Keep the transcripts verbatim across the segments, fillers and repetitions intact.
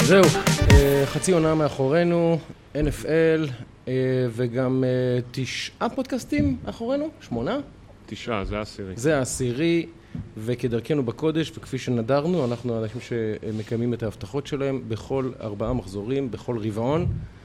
זהו, חצי עונה מאחורינו, אן אף אל, וגם תשעה פודקאסטים מאחורינו, שמונה? תשעה, זה העשירי. זה העשירי, וכדרכנו בקודש, וכפי שנדרנו, אנחנו אנשים שמקיימים את ההבטחות שלהם בכל ארבעה מחזורים, בכל רבעון,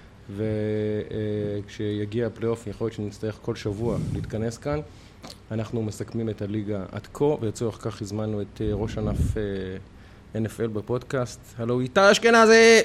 וכשיגיע הפלייאוף, יכול להיות שנצטרך כל שבוע להתכנס כאן. אנחנו מסכמים את הליגה עד כה, ולצורך כך הזמנו את ראש ענף אן אף אל בפודקאסט. הלו, איתי אשכנזי!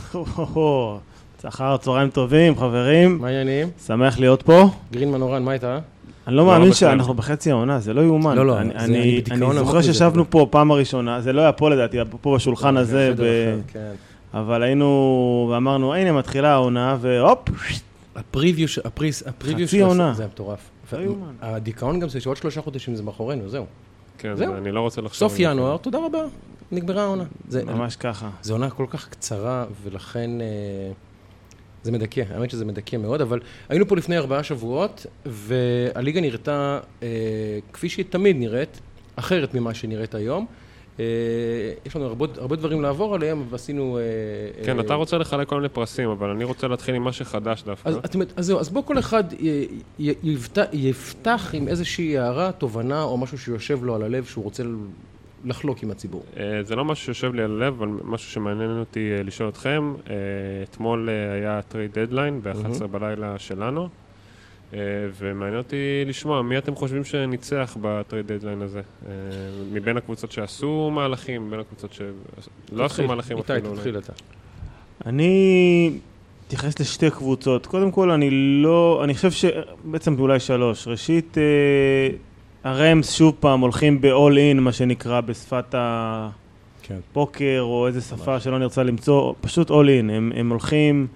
צחר, צהריים טובים, חברים. מה העניינים? שמח להיות פה. גרינמן אורן, מה איתה? אני לא מאמין שאנחנו בחצי העונה, זה לא יאומן. לא, לא, אני זוכר ששבנו פה פעם הראשונה, זה לא היה פה לדעתי, פה בשולחן הזה, אבל היינו ואמרנו, הנה מתחילה העונה, והופ! הפריוויו, הפריוויו חצי עונה. זה מטורף. הדיכאון גם זה שעוד שלושה חודשים זה מאחורינו, זהו. כן, אני לא רוצה לחשוב. סוף ינואר, תודה רבה, נגמרה העונה. ממש ככה. זו עונה כל כך קצרה, ולכן זה מדכא, האמת שזה מדכא מאוד, אבל היינו פה לפני ארבעה שבועות, והליגה נראתה, כפי שהיא תמיד נראית, אחרת ממה שנראית היום. יש לנו הרבה, הרבה דברים לעבור עליהם, ועשינו... כן, אתה רוצה לחלק כל מיני פרסים, אבל אני רוצה להתחיל עם משהו חדש דווקא. אז, אז זהו, אז בוא כל אחד יפתח, יפתח עם איזושהי הערה, תובנה, או משהו שיושב לו על הלב, שהוא רוצה לחלוק עם הציבור. זה לא משהו שיושב לי על הלב, אבל משהו שמעניין אותי לשאול אתכם. אתמול היה טרייד דדליין, ב-אחת עשרה בלילה שלנו, ומעניין אותי לשמוע, מי אתם חושבים שניצח בטרייד דדליין הזה? מבין הקבוצות שעשו מהלכים, מבין הקבוצות שלא עשו מהלכים אפילו. איתי, תתחיל אתה. אני אתייחס לשתי קבוצות. קודם כל, אני לא, אני חושב שבעצם אולי שלוש. ראשית, הרמס שוב פעם הולכים ב-all in, מה שנקרא בשפת הפוקר, או איזה שפה שלא נרצה למצוא, פשוט all in. הם, הם הולכים...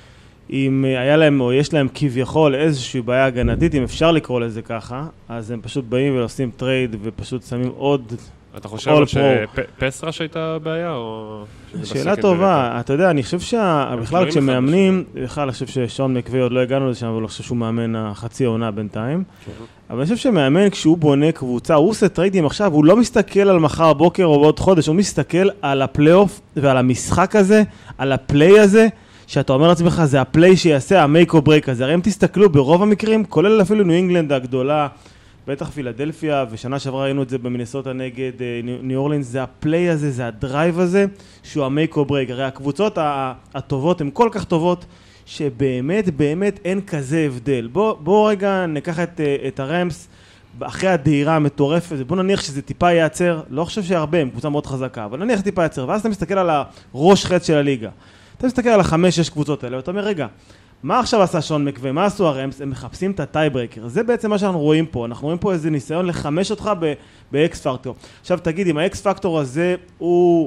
אם היה להם או יש להם כביכול איזושהי בעיה הגנתית, אם אפשר לקרוא לזה ככה, אז הם פשוט באים ועושים טרייד ופשוט שמים עוד... אתה חושב שפסרש הייתה בעיה או... שאלה טובה, אתה יודע, אני חושב שבכלל כשמאמנים, בכלל אני חושב ששון מקווי עוד לא הגענו לשם, אבל אני חושב שהוא מאמן החצי העונה בינתיים, אבל אני חושב שמאמן כשהוא בונה קבוצה, הוא עושה טריידים עכשיו, הוא לא מסתכל על מחר בוקר או בעוד חודש, הוא מסתכל על הפלייאוף ועל המשחק הזה, על הפליי הזה, שאתה אומר לעצמך, זה הפליי שיעשה, המייק או ברייק הזה. הרי אם תסתכלו ברוב המקרים, כולל אפילו ניו אינגלנד הגדולה, בטח פילדלפיה, ושנה שעברה ראינו את זה במינסוטה נגד ניו אורלינס, זה הפליי הזה, זה הדרייב הזה, שהוא המייק או ברייק. הרי הקבוצות הטובות הן כל כך טובות, שבאמת, באמת אין כזה הבדל. בוא, בוא רגע ניקח את, את הרמס, אחרי הדהירה המטורפת, בוא נניח שזה טיפה ייעצר, לא חושב שהרבה, הם קבוצה מאוד חזקה, אבל נניח טיפה ייעצר, ואז אתה מסתכל על הראש חץ של הליגה. אתה מסתכל על החמש, שש קבוצות האלה, ואתה אומר, רגע, מה עכשיו עשה שון מקווי? מה עשו הרמס? הם מחפשים את הטייברקר. זה בעצם מה שאנחנו רואים פה. אנחנו רואים פה איזה ניסיון לחמש אותך באקס פקטור. עכשיו תגיד, אם האקס פקטור הזה הוא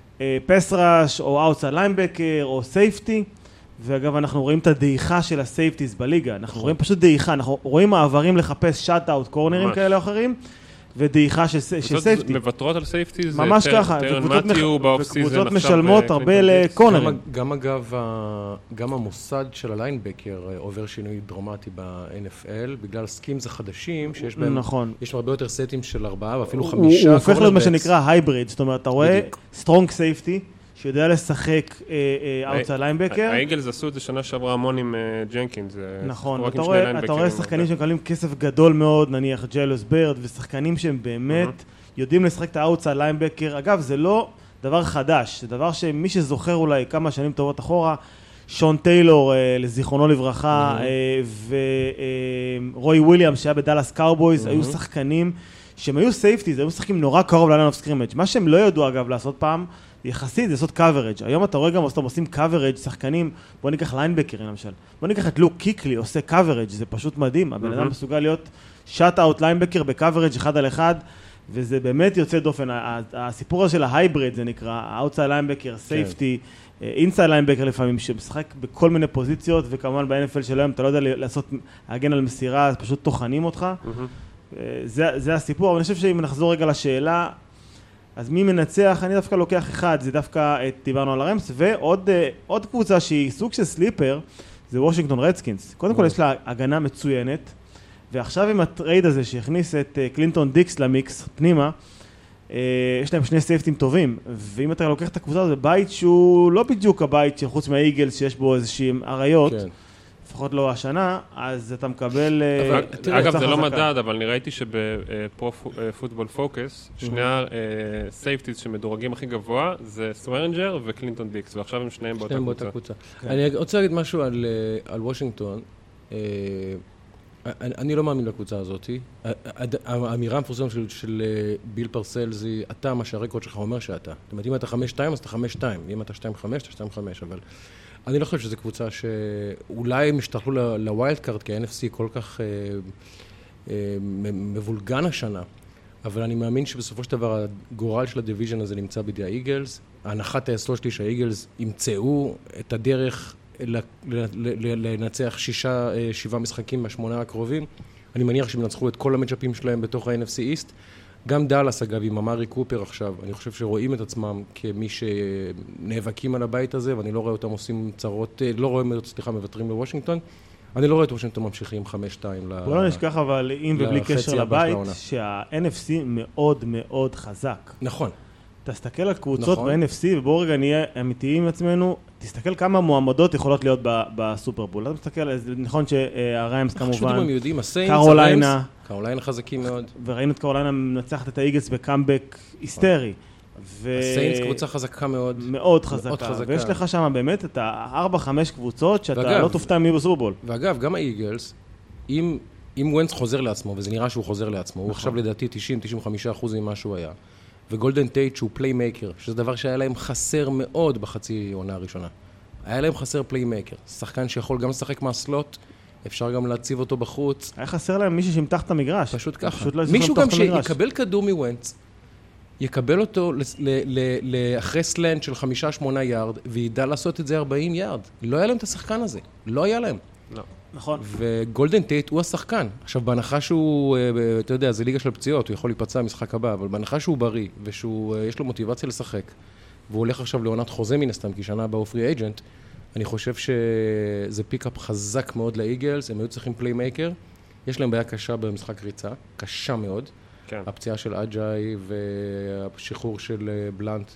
פסרש, או אאוטסייד ליינבקר, או סייפטי, ואגב, אנחנו רואים את הדעיכה של הסייפטיז בליגה. אנחנו רואים פשוט דעיכה. אנחנו רואים מעברים לחפש שאט-אאוט קורנרים כאלה או אחרים, ודעיכה של סייפטי. מבטרות על סייפטי, זה ממש ככה, וקבוצות משלמות הרבה לקונרים. גם אגב, גם המוסד של הליינבקר עובר שינוי דרמטי ב-אן אף אל, בגלל סקימס החדשים, שיש בהם, יש הרבה יותר סטים של ארבעה, ואפילו חמישה. הוא הופך להיות מה שנקרא הייבריד, זאת אומרת, אתה רואה סטרונג סייפטי, שיודע לשחק אאוטסייד ליינבקר. האיגלס עשו את זה שנה שעברה המון עם ג'נקינס. נכון, אתה רואה שחקנים שמקבלים כסף גדול מאוד, נניח ג'לוס ברד, ושחקנים שהם באמת יודעים לשחק את האאוטסייד ליינבקר. אגב, זה לא דבר חדש, זה דבר שמי שזוכר אולי כמה שנים טובות אחורה, שון טיילור, לזיכרונו לברכה, ורוי וויליאמס שהיה בדלס קאובויז, היו שחקנים שהם היו סייפטיז, היו משחקים נורא קרוב לליין אוף סקרימג'. מה שהם לא ידעו אגב לעשות פעם, יחסית, זה לעשות קאברג'. היום אתה רואה גם עושים קאברג', שחקנים, בוא ניקח ליינבקרים למשל, בוא ניקח את לוק קיקלי, עושה קאברג', זה פשוט מדהים, הבן אדם מסוגל להיות שאט-אאוט ליינבקר בקאברג' אחד על אחד, וזה באמת יוצא דופן. הסיפור הזה של ההייבריד זה נקרא, האוטסייד ליינבקר, סייפטי, אינסייד ליינבקר לפעמים, שמשחק בכל מיני פוזיציות, וכמובן ב-אן אף אל של היום, אתה לא יודע לעשות, להגן על מסירה, אז פשוט תוכנים אותך. זה הסיפור, אבל אני חושב שאם נחזור רגע לשאלה, אז מי מנצח? אני דווקא לוקח אחד, זה דווקא, דיברנו על הרמס, ועוד עוד קבוצה שהיא סוג של סליפר, זה וושינגטון רדסקינס. קודם כל יש לה הגנה מצוינת, ועכשיו עם הטרייד הזה שהכניס את קלינטון דיקס למיקס פנימה, יש להם שני סייפטים טובים, ואם אתה לוקח את הקבוצה הזאת בבית שהוא לא בדיוק הבית שחוץ מהאיגלס שיש בו איזושהי עריות, לפחות לא השנה, אז אתה מקבל... אגב, זה לא מדד, אבל אני ראיתי שבפוטבול פוקס, שני הסייפטיז שמדורגים הכי גבוה, זה סוורנג'ר וקלינטון דיקס, ועכשיו הם שניהם באותה קבוצה. אני רוצה להגיד משהו על וושינגטון. אני לא מאמין לקבוצה הזאת. האמירה המפורסמת של ביל פרסלס היא, אתה מה שהרקורד שלך אומר שאתה. זאת אומרת, אם אתה חמש שתיים, אז אתה חמש שתיים. אם אתה שתיים חמש, אתה שתיים חמש. אבל אני לא חושב שזו קבוצה שאולי הם השתחלו לווילד קארד, כי ה-אן אף סי כל כך מבולגן השנה. אבל אני מאמין שבסופו של דבר הגורל של הדיוויז'ן הזה נמצא בידי האיגלס. ההנחת היסוד שלי שהאיגלס ימצאו את הדרך לנצח שישה, שבעה משחקים מהשמונה הקרובים. אני מניח שהם ינצחו את כל המצ'אפים שלהם בתוך ה-אן אף סי East. גם דאלאס, אגב, עם אמרי קופר עכשיו, אני חושב שרואים את עצמם כמי שנאבקים על הבית הזה, ואני לא רואה אותם עושים צרות, לא רואה, סליחה, מבטרים לוושינגטון. אני לא רואה את וושינגטון ממשיכים חמש שתיים לחצי הבא של העונה. בוא לא נשכח, אבל אם ובלי קשר לבית, שה-אן אף סי מאוד מאוד חזק. נכון. תסתכל על קבוצות ב-אן אף סי, ובואו רגע נהיה אמיתיים עם עצמנו, תסתכל כמה מועמדות יכולות להיות בסופרבול. אתה מסתכל, נכון שהריימס כמובן, קרוליינה, קרוליינה חזקים מאוד. וראינו את קרוליינה מנצחת את האיגלס בקאמבק היסטרי. הסיינס קבוצה חזקה מאוד. מאוד חזקה. ויש לך שם באמת את הארבע חמש קבוצות שאתה לא תופתע מי בסופרבול. ואגב, גם האיגלס, אם ווינס חוזר לעצמו, וזה נראה שהוא חוזר לעצמו, הוא עכשיו לדעתי תשעים עד תשעים וחמישה אחוז ממה שהוא היה. וגולדן טייט שהוא פליימייקר, שזה דבר שהיה להם חסר מאוד בחצי עונה הראשונה. היה להם חסר פליימייקר. שחקן שיכול גם לשחק מהסלוט, אפשר גם להציב אותו בחוץ. היה חסר להם מישהו שימתח את המגרש. פשוט ככה. פשוט לא מישהו גם שיקבל כדור מווינץ, יקבל אותו לאחרי סלנד של חמישה שמונה יארד, וידע לעשות את זה ארבעים יארד. לא היה להם את השחקן הזה. לא היה להם. לא. נכון. וגולדן טייט הוא השחקן. עכשיו, בהנחה שהוא, אתה יודע, זה ליגה של פציעות, הוא יכול להיפצע משחק הבא, אבל בהנחה שהוא בריא, ושיש לו מוטיבציה לשחק, והוא הולך עכשיו לעונת חוזה מן הסתם, כי שנה הבאה הוא פרי אייג'נט, אני חושב שזה פיקאפ חזק מאוד לאיגלס, הם היו צריכים פליימייקר, יש להם בעיה קשה במשחק ריצה, קשה מאוד. כן. הפציעה של אג'אי והשחרור של בלנט,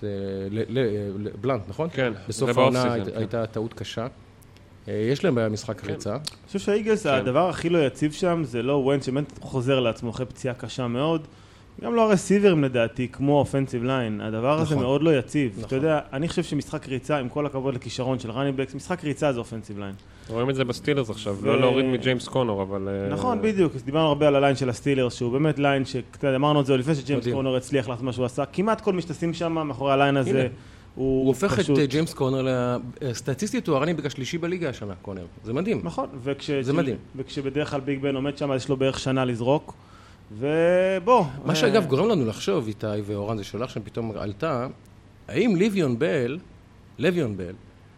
בלנט, נכון? כן. בסוף העונה הייתה טעות קשה. יש להם בעיה משחק ריצה. אני חושב שהאיגלס, הדבר הכי לא יציב שם, זה לא ווינס שבאמת חוזר לעצמו אחרי פציעה קשה מאוד. גם לא הרסיברים לדעתי, כמו אופנסיב ליין. הדבר הזה מאוד לא יציב. אתה יודע, אני חושב שמשחק ריצה, עם כל הכבוד לכישרון של רני בקס, משחק ריצה זה אופנסיב ליין. רואים את זה בסטילרס עכשיו, לא להוריד מג'יימס קונור, אבל... נכון, בדיוק. דיברנו הרבה על הליין של הסטילרס, שהוא באמת ליין אמרנו את זה לפני שג'יימס קונור הצליח לעשות מה שהוא עשה. כמעט כל משתשים שם מאחורי הליין הזה. הוא הופך את ג'יימס קונר לסטטיסטית, הוא הרניבק השלישי בליגה השנה, קונר. זה מדהים. נכון. זה מדהים. וכשבדרך כלל ביג בן עומד שם, אז יש לו בערך שנה לזרוק. ובוא. מה שאגב גורם לנו לחשוב, איתי ואורן, זה שולח שם פתאום עלתה, האם ליביון בל, ליביון בל,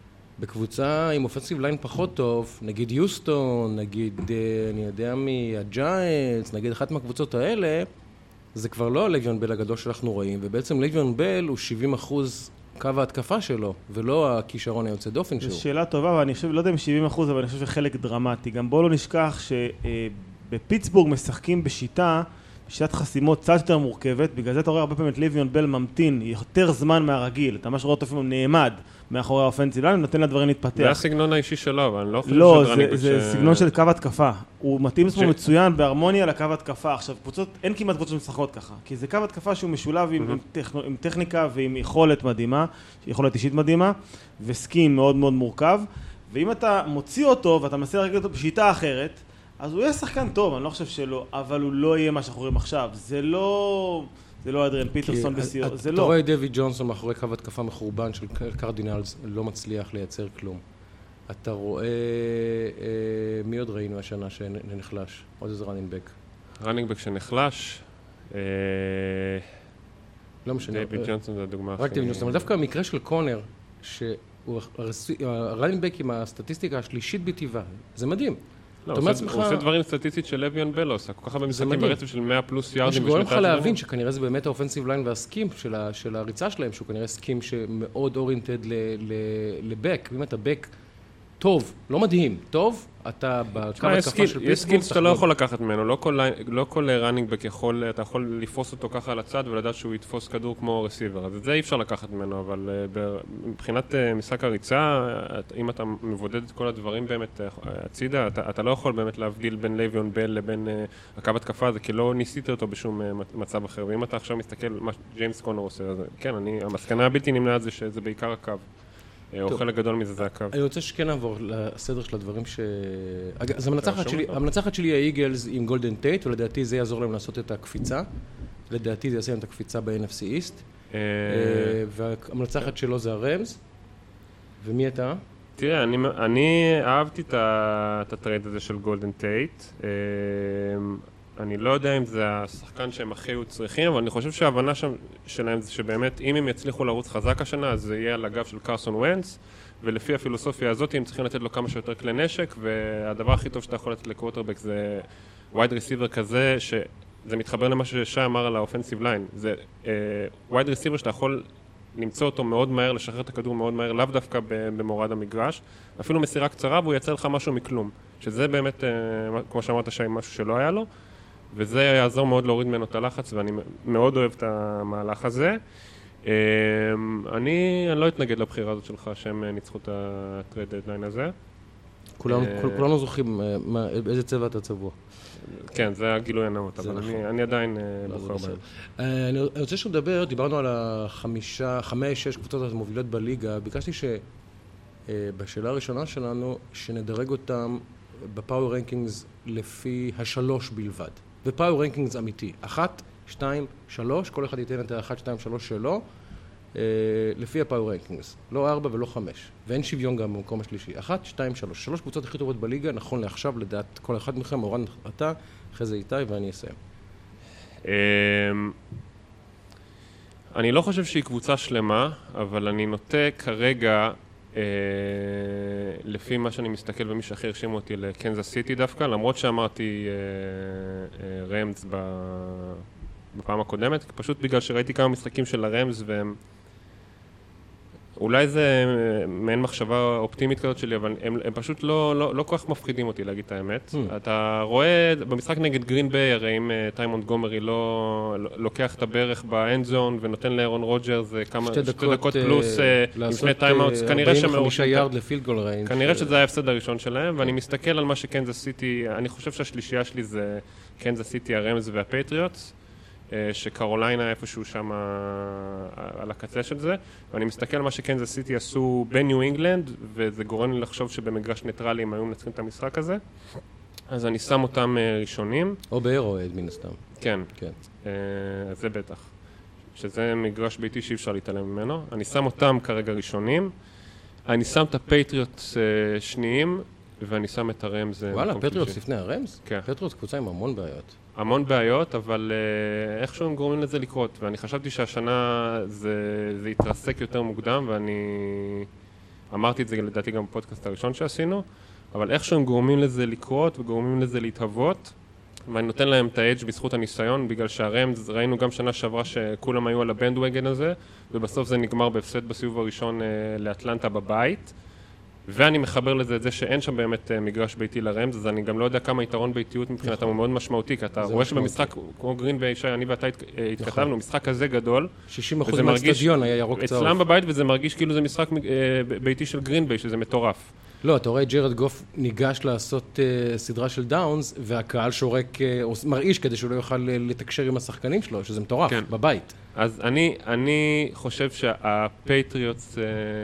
בקבוצה עם אופנסיב ליין פחות טוב, נגיד יוסטון, נגיד, אני יודע מי, הג'יינטס, נגיד אחת מהקבוצות האלה, זה כבר לא ליביון בל הגדול שאנחנו רואים, ובעצם ליביון בל הוא שבעים אחוז קו ההתקפה שלו, ולא הכישרון היוצא דופן שלו. זו שאלה טובה, ואני חושב, לא יודע אם שבעים אחוז, אבל אני חושב שחלק דרמטי. גם בוא לא נשכח שבפיטסבורג משחקים בשיטה, בשיטת חסימות קצת יותר מורכבת, בגלל זה אתה רואה הרבה פעמים את ליביון בל ממתין יותר זמן מהרגיל, אתה ממש רואה אותו לפעמים נעמד מאחורי האופנסיב ליין, נותן לדברים להתפתח. זה הסגנון האישי שלו, אבל אני לא חושב לא, זה, זה סגנון של קו התקפה. הוא מתאים עצמו מצוין בהרמוניה לקו התקפה. עכשיו, קבוצות, אין כמעט קבוצות משחקות ככה, כי זה קו התקפה שהוא משולב עם, עם, טכ... עם טכניקה ועם יכולת מדהימה, יכולת אישית מדהימה, וסקין מאוד מאוד מורכב, ואם אתה מוציא אותו ואתה מנסה להרגיל אותו בשיטה אחרת, אז הוא יהיה שחקן טוב, אני לא חושב שלא, אבל הוא לא יהיה מה שאנחנו רואים עכשיו. זה לא... זה לא אדריאן פיטרסון בסיור, זה לא. אתה רואה דויד ג'ונסון מאחורי קו התקפה מחורבן של קרדינלס, לא מצליח לייצר כלום. אתה רואה, מי עוד ראינו השנה שנחלש? עוד איזה רנינג-בק. רנינג-בק שנחלש, לא משנה. דויד ג'ונסון זה הדוגמה. רק דויד ג'ונסון, אבל דווקא המקרה של קונר, שהוא הרנינג-בק עם הסטטיסטיקה השלישית בטבעה, זה מדהים. הוא עושה דברים סטטיסטית של לויון בל עושה, כל כך הרבה משחקים ברצף של מאה פלוס יארדים. מה שגורם לך להבין שכנראה זה באמת האופנסיב ליין והסקים של הריצה שלהם, שהוא כנראה סקים שמאוד אוריינטד לבק, אם אתה בק טוב, לא מדהים, טוב, אתה בקו התקפה של פיטסבורג... יש סקילס שאתה לא יכול לקחת ממנו, לא כל ראנינג בק יכול, אתה יכול לפוס אותו ככה על הצד ולדעת שהוא יתפוס כדור כמו רסיבר, אז את זה אי אפשר לקחת ממנו, אבל מבחינת משחק הריצה, אם אתה מבודד את כל הדברים באמת הצידה, אתה לא יכול באמת להבדיל בין לויון בל לבין הקו התקפה הזה, כי לא ניסית אותו בשום מצב אחר, ואם אתה עכשיו מסתכל מה ג'יימס קונור עושה, אז כן, המסקנה הבלתי נמנעת זה שזה בעיקר הקו. או חלק גדול מזה זה הקו. אני רוצה שכן נעבור לסדר של הדברים ש... אז המנצחת שלי היא האיגלס עם גולדן טייט, ולדעתי זה יעזור להם לעשות את הקפיצה. לדעתי זה יעשה להם את הקפיצה ב-אן אף סי East. והמנצחת שלו זה הרמס. ומי אתה? תראה, אני אהבתי את הטרייד הזה של גולדן טייט. אני לא יודע אם זה השחקן שהם הכי היו צריכים, אבל אני חושב שההבנה שלהם זה שבאמת אם הם יצליחו לרוץ חזק השנה, אז זה יהיה על הגב של קרסון ונץ, ולפי הפילוסופיה הזאת הם צריכים לתת לו כמה שיותר כלי נשק, והדבר הכי טוב שאתה יכול לתת לקווטרבק זה wide receiver כזה, שזה מתחבר למה ששי אמר על האופנסיב ליין, זה wide receiver שאתה יכול למצוא אותו מאוד מהר, לשחרר את הכדור מאוד מהר, לאו דווקא במורד המגרש, אפילו מסירה קצרה והוא יצא לך משהו מכלום, שזה באמת, כמו שאמרת שי, משהו שלא היה לו, וזה יעזור מאוד להוריד ממנו את הלחץ, ואני מאוד אוהב את המהלך הזה. אני, אני לא אתנגד לבחירה הזאת שלך, שהם ניצחו את הטרייד דדליין הזה. כולנו זוכרים באיזה צבע אתה צבוע. כן, זה הגילוי הנאות, אבל אני עדיין בוחר בהם. אני רוצה שנדבר, דיברנו על החמישה, חמש, שש קבוצות המובילות בליגה, ביקשתי שבשאלה הראשונה שלנו, שנדרג אותם בפאוור רנקינגס לפי השלוש בלבד. ופאוור רנקינגס אמיתי. אחת, שתיים, שלוש, כל אחד ייתן את האחת, שתיים, שלוש שלו, אה, לפי הפאוור רנקינגס. לא ארבע ולא חמש. ואין שוויון גם במקום השלישי. אחת, שתיים, שלוש. שלוש קבוצות הכי טובות בליגה, נכון לעכשיו, לדעת כל אחד מכם, אורן אתה, אחרי זה איתי, ואני אסיים. אני לא חושב שהיא קבוצה שלמה, אבל אני נוטה כרגע, לפי מה שאני מסתכל ומי שהכי הרשימו אותי לקנזס סיטי דווקא, למרות שאמרתי רמס בפעם הקודמת, פשוט בגלל שראיתי כמה משחקים של הרמס והם אולי זה מעין מחשבה אופטימית כזאת שלי, אבל הם, הם פשוט לא, לא, לא כל כך מפחידים אותי להגיד את האמת. Hmm. אתה רואה במשחק נגד גרין ביי, הרי אם טי מונטגומרי לא, לא לוקח את הברך באנד זון ונותן לאירון רוג'רס כמה שתי דקות, שתי דקות פלוס עם שני טיימאוטס, כנראה שמאורשים יארד לפילד גול ריינג'. כנראה שזה היה ההפסד הראשון שלהם, ואני מסתכל על מה שקנזס סיטי, אני חושב שהשלישייה שלי זה קנזס סיטי, הרמס והפטריוטס. שקרוליינה איפשהו שם על הקצה של זה, ואני מסתכל על מה שקנזס סיטי עשו בניו אינגלנד, וזה גורם לי לחשוב שבמגרש ניטרלי הם היו מנצחים את המשחק הזה, אז אני שם אותם ראשונים. או באירואד מן הסתם. כן, כן. זה בטח. שזה מגרש ביתי שאי אפשר להתעלם ממנו. אני שם אותם כרגע ראשונים, אני שם את הפטריוטס שניים, ואני שם את הרמס. וואלה, פטריוטס לפני הרמס? כן. פטריוטס קבוצה עם המון בעיות. המון בעיות, אבל uh, איכשהו הם גורמים לזה לקרות, ואני חשבתי שהשנה זה, זה יתרסק יותר מוקדם, ואני אמרתי את זה לדעתי גם בפודקאסט הראשון שעשינו, אבל איכשהו הם גורמים לזה לקרות וגורמים לזה להתהוות, ואני נותן להם את האדג' בזכות הניסיון, בגלל שהרמס ראינו גם שנה שעברה שכולם היו על הבנדווגן הזה, ובסוף זה נגמר בהפסד בסיבוב הראשון uh, לאטלנטה בבית, ואני מחבר לזה את זה שאין שם באמת מגרש ביתי לרמס, אז אני גם לא יודע כמה יתרון ביתיות מבחינתם הוא מאוד משמעותי, כי אתה רואה שבמשחק, כמו גרין ביי, שי, אני ואתה התכתבנו, משחק כזה גדול, שישים אחוז מהאצטדיון היה ירוק צהוב. אצלם בבית, וזה מרגיש כאילו זה משחק ביתי של גרין ביי, שזה מטורף. לא, אתה רואה ג'רד גוף ניגש לעשות סדרה של דאונס, והקהל שורק, מרעיש כדי שהוא לא יוכל לתקשר עם השחקנים שלו, שזה מטורף, בבית. אז אני, אני חושב שהפטריוטס,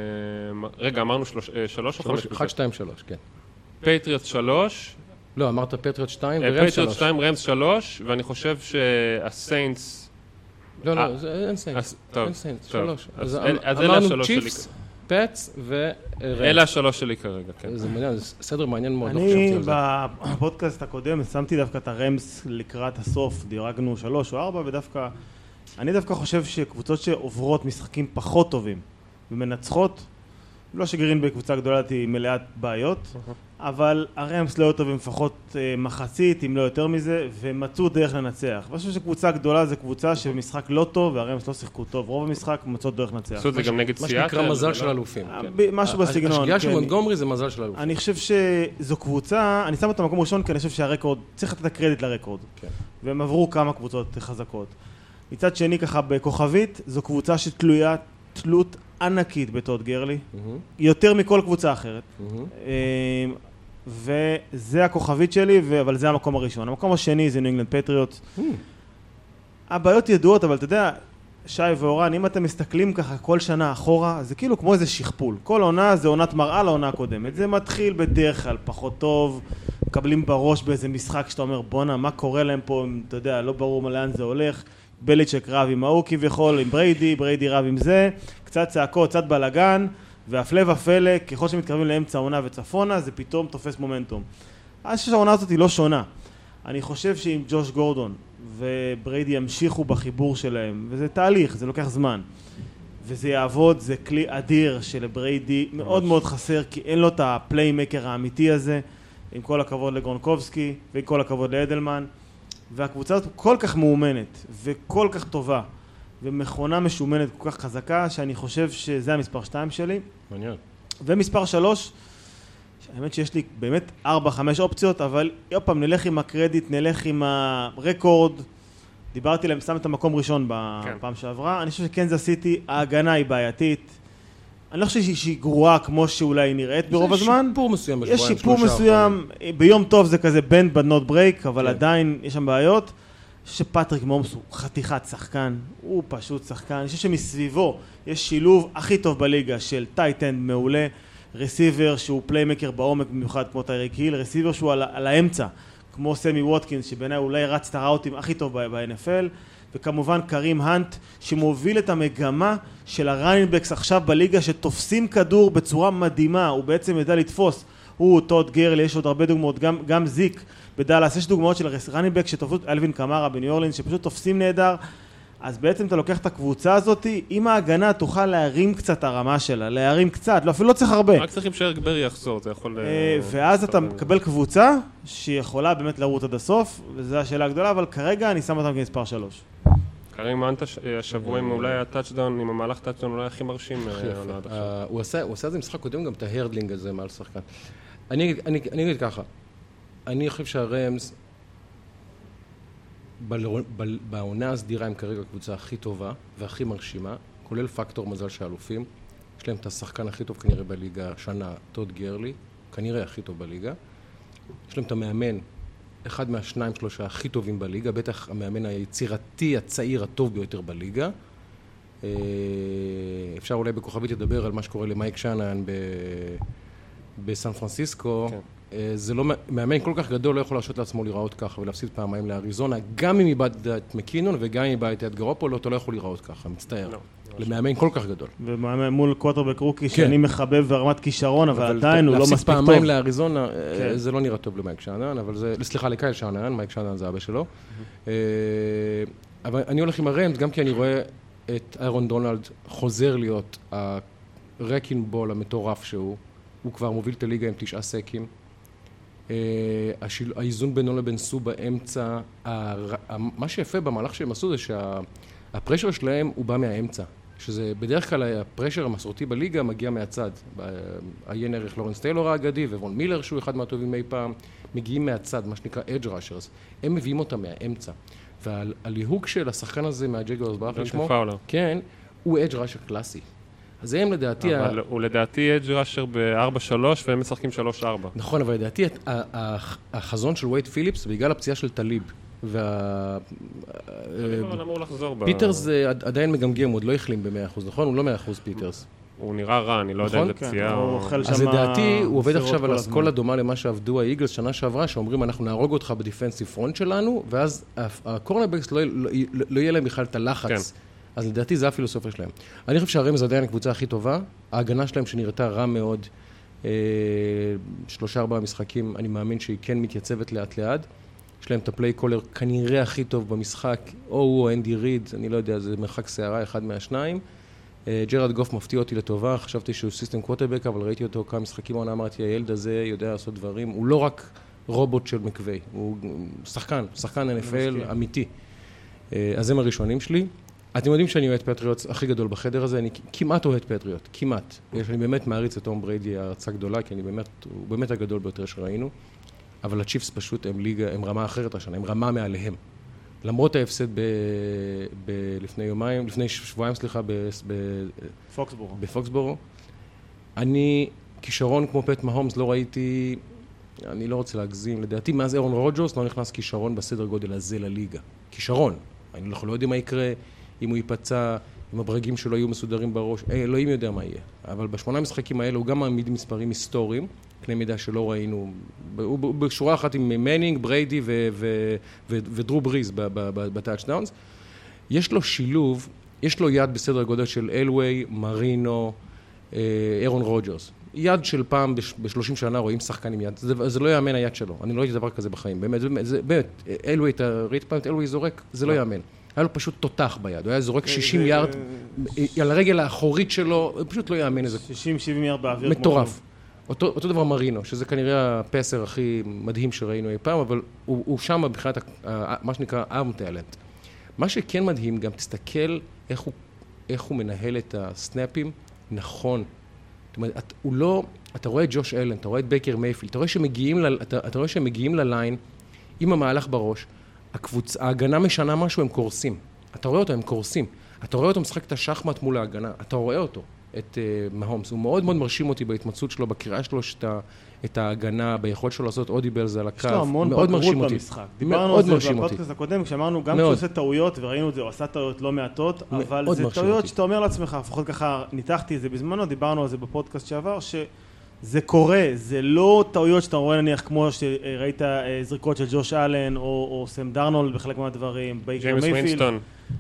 רגע, אמרנו שלוש, שלוש או חמש? אחד, שתיים, שלוש, כן. פטריוטס שלוש. לא, אמרת פטריוטס שתיים ורמס שלוש. פטריוטס שתיים, רמס שלוש, ואני חושב שהסיינטס... לא, לא, אין סיינטס. אין סיינטס, שלוש. אז אלה השלוש שלי. פץ ורמס. אלה השלוש שלי כרגע, כן. זה מעניין, זה סדר מעניין מאוד. אני בפודקאסט הקודם שמתי דווקא את הרמס לקראת הסוף, דירגנו שלוש או ארבע, ודווקא... אני דווקא חושב שקבוצות שעוברות משחקים פחות טובים ומנצחות, לא שגרין בקבוצה גדולה היא מלאת בעיות, אבל הרמס לא יותר לפחות מחצית, אם לא יותר מזה, ומצאו דרך לנצח. ואני חושב שקבוצה גדולה זה קבוצה שבמשחק לא טוב, והרמס לא שיחקו טוב. רוב המשחק מצאו דרך לנצח. עשו את זה גם נגד סיאטל. מה שנקרא מזל של אלופים. משהו בסגנון. השגיאה של מונטגומרי זה מזל של אלופים. אני חושב שזו קבוצה, אני שם אותה במקום ראשון, כי אני חושב שהרקורד, צריך לתת הקרדיט לרקורד. והם עברו כמה קבוצות חזקות. מצד שני, ככה בכוכבית, זו קבוצה שתלויה תלות ענקית בטוד גרלי, יותר מכל קבוצה אחרת. וזה הכוכבית שלי, אבל זה המקום הראשון. המקום השני זה ניו אינגלנד פטריוטס. הבעיות ידועות, אבל אתה יודע, שי ואורן, אם אתם מסתכלים ככה כל שנה אחורה, זה כאילו כמו איזה שכפול. כל עונה זה עונת מראה לעונה הקודמת. זה מתחיל בדרך כלל פחות טוב, מקבלים בראש באיזה משחק שאתה אומר, בונה, מה קורה להם פה, אתה יודע, לא ברור מה לאן זה הולך. בליצ'ק רב עם ההוא כביכול, עם בריידי, בריידי רב עם זה, קצת צעקות, קצת בלגן, והפלא ופלא, ככל שמתקרבים לאמצע העונה וצפונה, זה פתאום תופס מומנטום. אני חושב שהעונה הזאת היא לא שונה. אני חושב שאם ג'וש גורדון ובריידי ימשיכו בחיבור שלהם, וזה תהליך, זה לוקח זמן, וזה יעבוד, זה כלי אדיר שלבריידי מאוד מאוד חסר, כי אין לו את הפליימקר האמיתי הזה, עם כל הכבוד לגרונקובסקי, ועם כל הכבוד לאדלמן, והקבוצה הזאת כל כך מאומנת, וכל כך טובה, ומכונה משומנת כל כך חזקה, שאני חושב שזה המספר שתיים שלי. מעניין. ומספר שלוש, האמת שיש לי באמת ארבע, חמש אופציות, אבל עוד פעם נלך עם הקרדיט, נלך עם הרקורד. דיברתי להם, שם את המקום ראשון בפעם שעברה. אני חושב שקנזס סיטי, ההגנה היא בעייתית. אני לא חושב שהיא גרועה כמו שאולי היא נראית ברוב הזמן. יש שיפור מסוים בשבועיים, יש שיפור מסוים, ביום טוב זה כזה bend but not break, אבל עדיין יש שם בעיות. אני חושב שפטריק מומס הוא חתיכת שחקן, הוא פשוט שחקן. אני חושב שמסביבו יש שילוב הכי טוב בליגה של טייט-אנד מעולה, רסיבר שהוא פליימקר בעומק במיוחד כמו טייריק היל, רסיבר שהוא על, על האמצע, כמו סמי ווטקינס שבעיניי אולי רץ את הראוטים הכי טוב ב-אן אף אל, וכמובן קרים הנט שמוביל את המגמה של הריינבקס עכשיו בליגה שתופסים כדור בצורה מדהימה, הוא בעצם ידע לתפוס, הוא טוד גרלי, יש עוד הרבה דוגמאות, גם, גם זיק בדלס, יש דוגמאות של ריינבק שתופסו אלווין קמרה בניו אורלינס שפשוט תופסים נהדר, אז בעצם אתה לוקח את הקבוצה הזאת, עם ההגנה תוכל להרים קצת הרמה שלה, להרים קצת, לא, אפילו לא צריך הרבה. רק צריכים שארגברי יחזור, זה יכול... ואז אתה מקבל קבוצה שיכולה באמת לרוץ עד הסוף, וזו השאלה הגדולה, אבל כרגע אני שם אותם כמספר שלוש. קרים אנט השבוע עם אולי הטאצ'דאון, עם המהלך טאצ'דאון אולי הכי מרשים. הוא עשה את זה משחק קודם גם את ההרדלינג הזה מעל שחקן. אני אגיד ככה, אני חושב שהרמס בעונה הסדירה הם כרגע הקבוצה הכי טובה והכי מרשימה, כולל פקטור מזל שהאלופים. יש להם את השחקן הכי טוב כנראה בליגה, שנה, טוד גרלי, כנראה הכי טוב בליגה. יש להם את המאמן, אחד מהשניים שלושה הכי טובים בליגה, בטח המאמן היצירתי, הצעיר, הטוב ביותר בליגה. אפשר אולי בכוכבית לדבר על מה שקורה למייק שנהן בסן פרנסיסקו. כן. זה לא, מאמן כל כך גדול לא יכול להרשות לעצמו לראות ככה ולהפסיד פעמיים לאריזונה, גם אם איבד את מקינון וגם אם איבד את גרופולו, אתה לא יכול לראות ככה, מצטער. לא, למאמן כל כך גדול. ומאמן מול קווטרבק רוקי כן. שאני מחבב ברמת כישרון, אבל, אבל עדיין הוא לא מספיק טוב. להפסיד פעמיים לאריזונה, כן. זה לא נראה טוב למייק שנהן, אבל זה, סליחה, לקייל שנהן, מייק שנהן זה אבא שלו. Mm-hmm. אבל אני הולך עם הרמס, גם כי אני רואה את איירון דונלד חוזר להיות הרקינג בול המטורף שהוא, הוא כבר מוביל את הליגה עם תשעה סקים. האיזון בינו לבין סו באמצע, מה שיפה במהלך שהם עשו זה שהפרשר שלהם הוא בא מהאמצע, שזה בדרך כלל הפרשר המסורתי בליגה מגיע מהצד. עיין ערך לורנס טיילור האגדי ווון מילר שהוא אחד מהטובים אי פעם, מגיעים מהצד, מה שנקרא אדג' ראשרס, הם מביאים אותם מהאמצע. והליהוק של השחקן הזה מהג'גוורס ברח לשמו, כן, הוא אדג' ראשר קלאסי. אז הם לדעתי... אבל הוא לדעתי אדג' ראשר ב-ארבע שלוש והם משחקים שלוש ארבע. נכון, אבל לדעתי החזון של וייד פיליפס, בגלל הפציעה של טליב, וה... טליב אמור לחזור ב... פיטרס עדיין מגמגם, הוא עוד לא החלים ב-מאה אחוז, נכון? הוא לא מאה אחוז פיטרס. הוא נראה רע, אני לא יודע איזה פציעה. אז לדעתי הוא עובד עכשיו על אסכולה דומה למה שעבדו האיגלס שנה שעברה, שאומרים אנחנו נהרוג אותך בדיפנסיב פרונט שלנו, ואז הקורנרבקס לא יהיה להם בכלל את הלחץ. אז לדעתי זה הפילוסופיה שלהם. אני חושב שהרמז עדיין הקבוצה הכי טובה, ההגנה שלהם שנראתה רע מאוד, אה, שלושה ארבעה משחקים, אני מאמין שהיא כן מתייצבת לאט לאט, יש להם את הפליי קולר כנראה הכי טוב במשחק, או הוא או אנדי ריד, אני לא יודע, זה מרחק שערה אחד מהשניים, ג'רד גוף מפתיע אותי לטובה, חשבתי שהוא סיסטם קווטרבק, אבל ראיתי אותו כמה משחקים העונה, אמרתי, הילד הזה יודע לעשות דברים, הוא לא רק רובוט של מקווי, הוא שחקן, שחקן אן אף אל אמיתי. אז הם הראשונים שלי. אתם יודעים שאני אוהד פטריוטס הכי גדול בחדר הזה, אני כמעט אוהד פטריוט, כמעט. אני באמת מעריץ את תום בריידי, הרצה גדולה, כי אני באמת, הוא באמת הגדול ביותר שראינו, אבל הצ'יפס פשוט הם ליגה, הם רמה אחרת השנה, הם רמה מעליהם. למרות ההפסד ב, ב, לפני יומיים, לפני שבועיים, סליחה, בפוקסבורו. בפוקסבורו. אני, כישרון כמו פט מהומס, לא ראיתי, אני לא רוצה להגזים, לדעתי, מאז אירון רוג'רס לא נכנס כישרון בסדר גודל הזה לליגה. כישרון. אני לא יודע מה יקרה, אם הוא ייפצע, אם הברגים שלו יהיו מסודרים בראש, אלוהים יודע מה יהיה. אבל בשמונה המשחקים האלה הוא גם מעמיד מספרים היסטוריים, קנה מידה שלא ראינו, הוא בשורה אחת עם מנינג, בריידי ודרו בריז בטאצ'דאונס. יש לו שילוב, יש לו יד בסדר גודל של אלווי, מרינו, אירון רוג'רס. יד של פעם ב-שלושים שנה רואים שחקן עם יד, זה, זה לא יאמן היד שלו, אני לא ראיתי דבר כזה בחיים, באמת, זה, באמת, אלווי, אתה ראית פעם את אלווי זורק, זה לא יאמן. היה לו פשוט תותח ביד, הוא היה זורק שישים יארד, על הרגל האחורית שלו, פשוט לא יאמן איזה... שישים שבעים יארד באוויר. מטורף. אותו, אותו דבר מרינו, שזה כנראה הפסר הכי מדהים שראינו אי פעם, אבל הוא, הוא שם מבחינת מה שנקרא ארם טלנט. מה שכן מדהים, גם תסתכל איך הוא, איך הוא מנהל את הסנאפים, נכון. זאת אומרת, הוא לא, אתה רואה את ג'וש אלן, אתה רואה את בייקר מייפילד, אתה רואה שמגיעים, ל, אתה, אתה רואה שמגיעים לליין עם המהלך בראש, הקבוצ... ההגנה משנה משהו, הם קורסים. אתה רואה אותו, הם קורסים. אתה רואה אותו משחק את השחמט מול ההגנה, אתה רואה אותו, את uh, מהומס. הוא מאוד מאוד מרשים אותי בהתמצאות שלו, בקריאה שלו, שתה, את ההגנה, ביכולת שלו לעשות אודיבלס על הקו. יש לו המון בגרות במשחק. דיברנו על זה בפודקאסט הקודם, כשאמרנו גם שהוא עושה טעויות, וראינו את זה, הוא עשה טעויות לא מעטות, אבל זה טעויות שאתה אומר לעצמך, לפחות ככה ניתחתי את זה בזמנו, דיברנו על זה בפודקאסט שעבר, ש... זה קורה, זה לא טעויות שאתה רואה נניח כמו שראית זריקות של ג'וש אלן או סם דרנולד בחלק מהדברים, בייקר מייפילד. ג'יימס ווינסטון.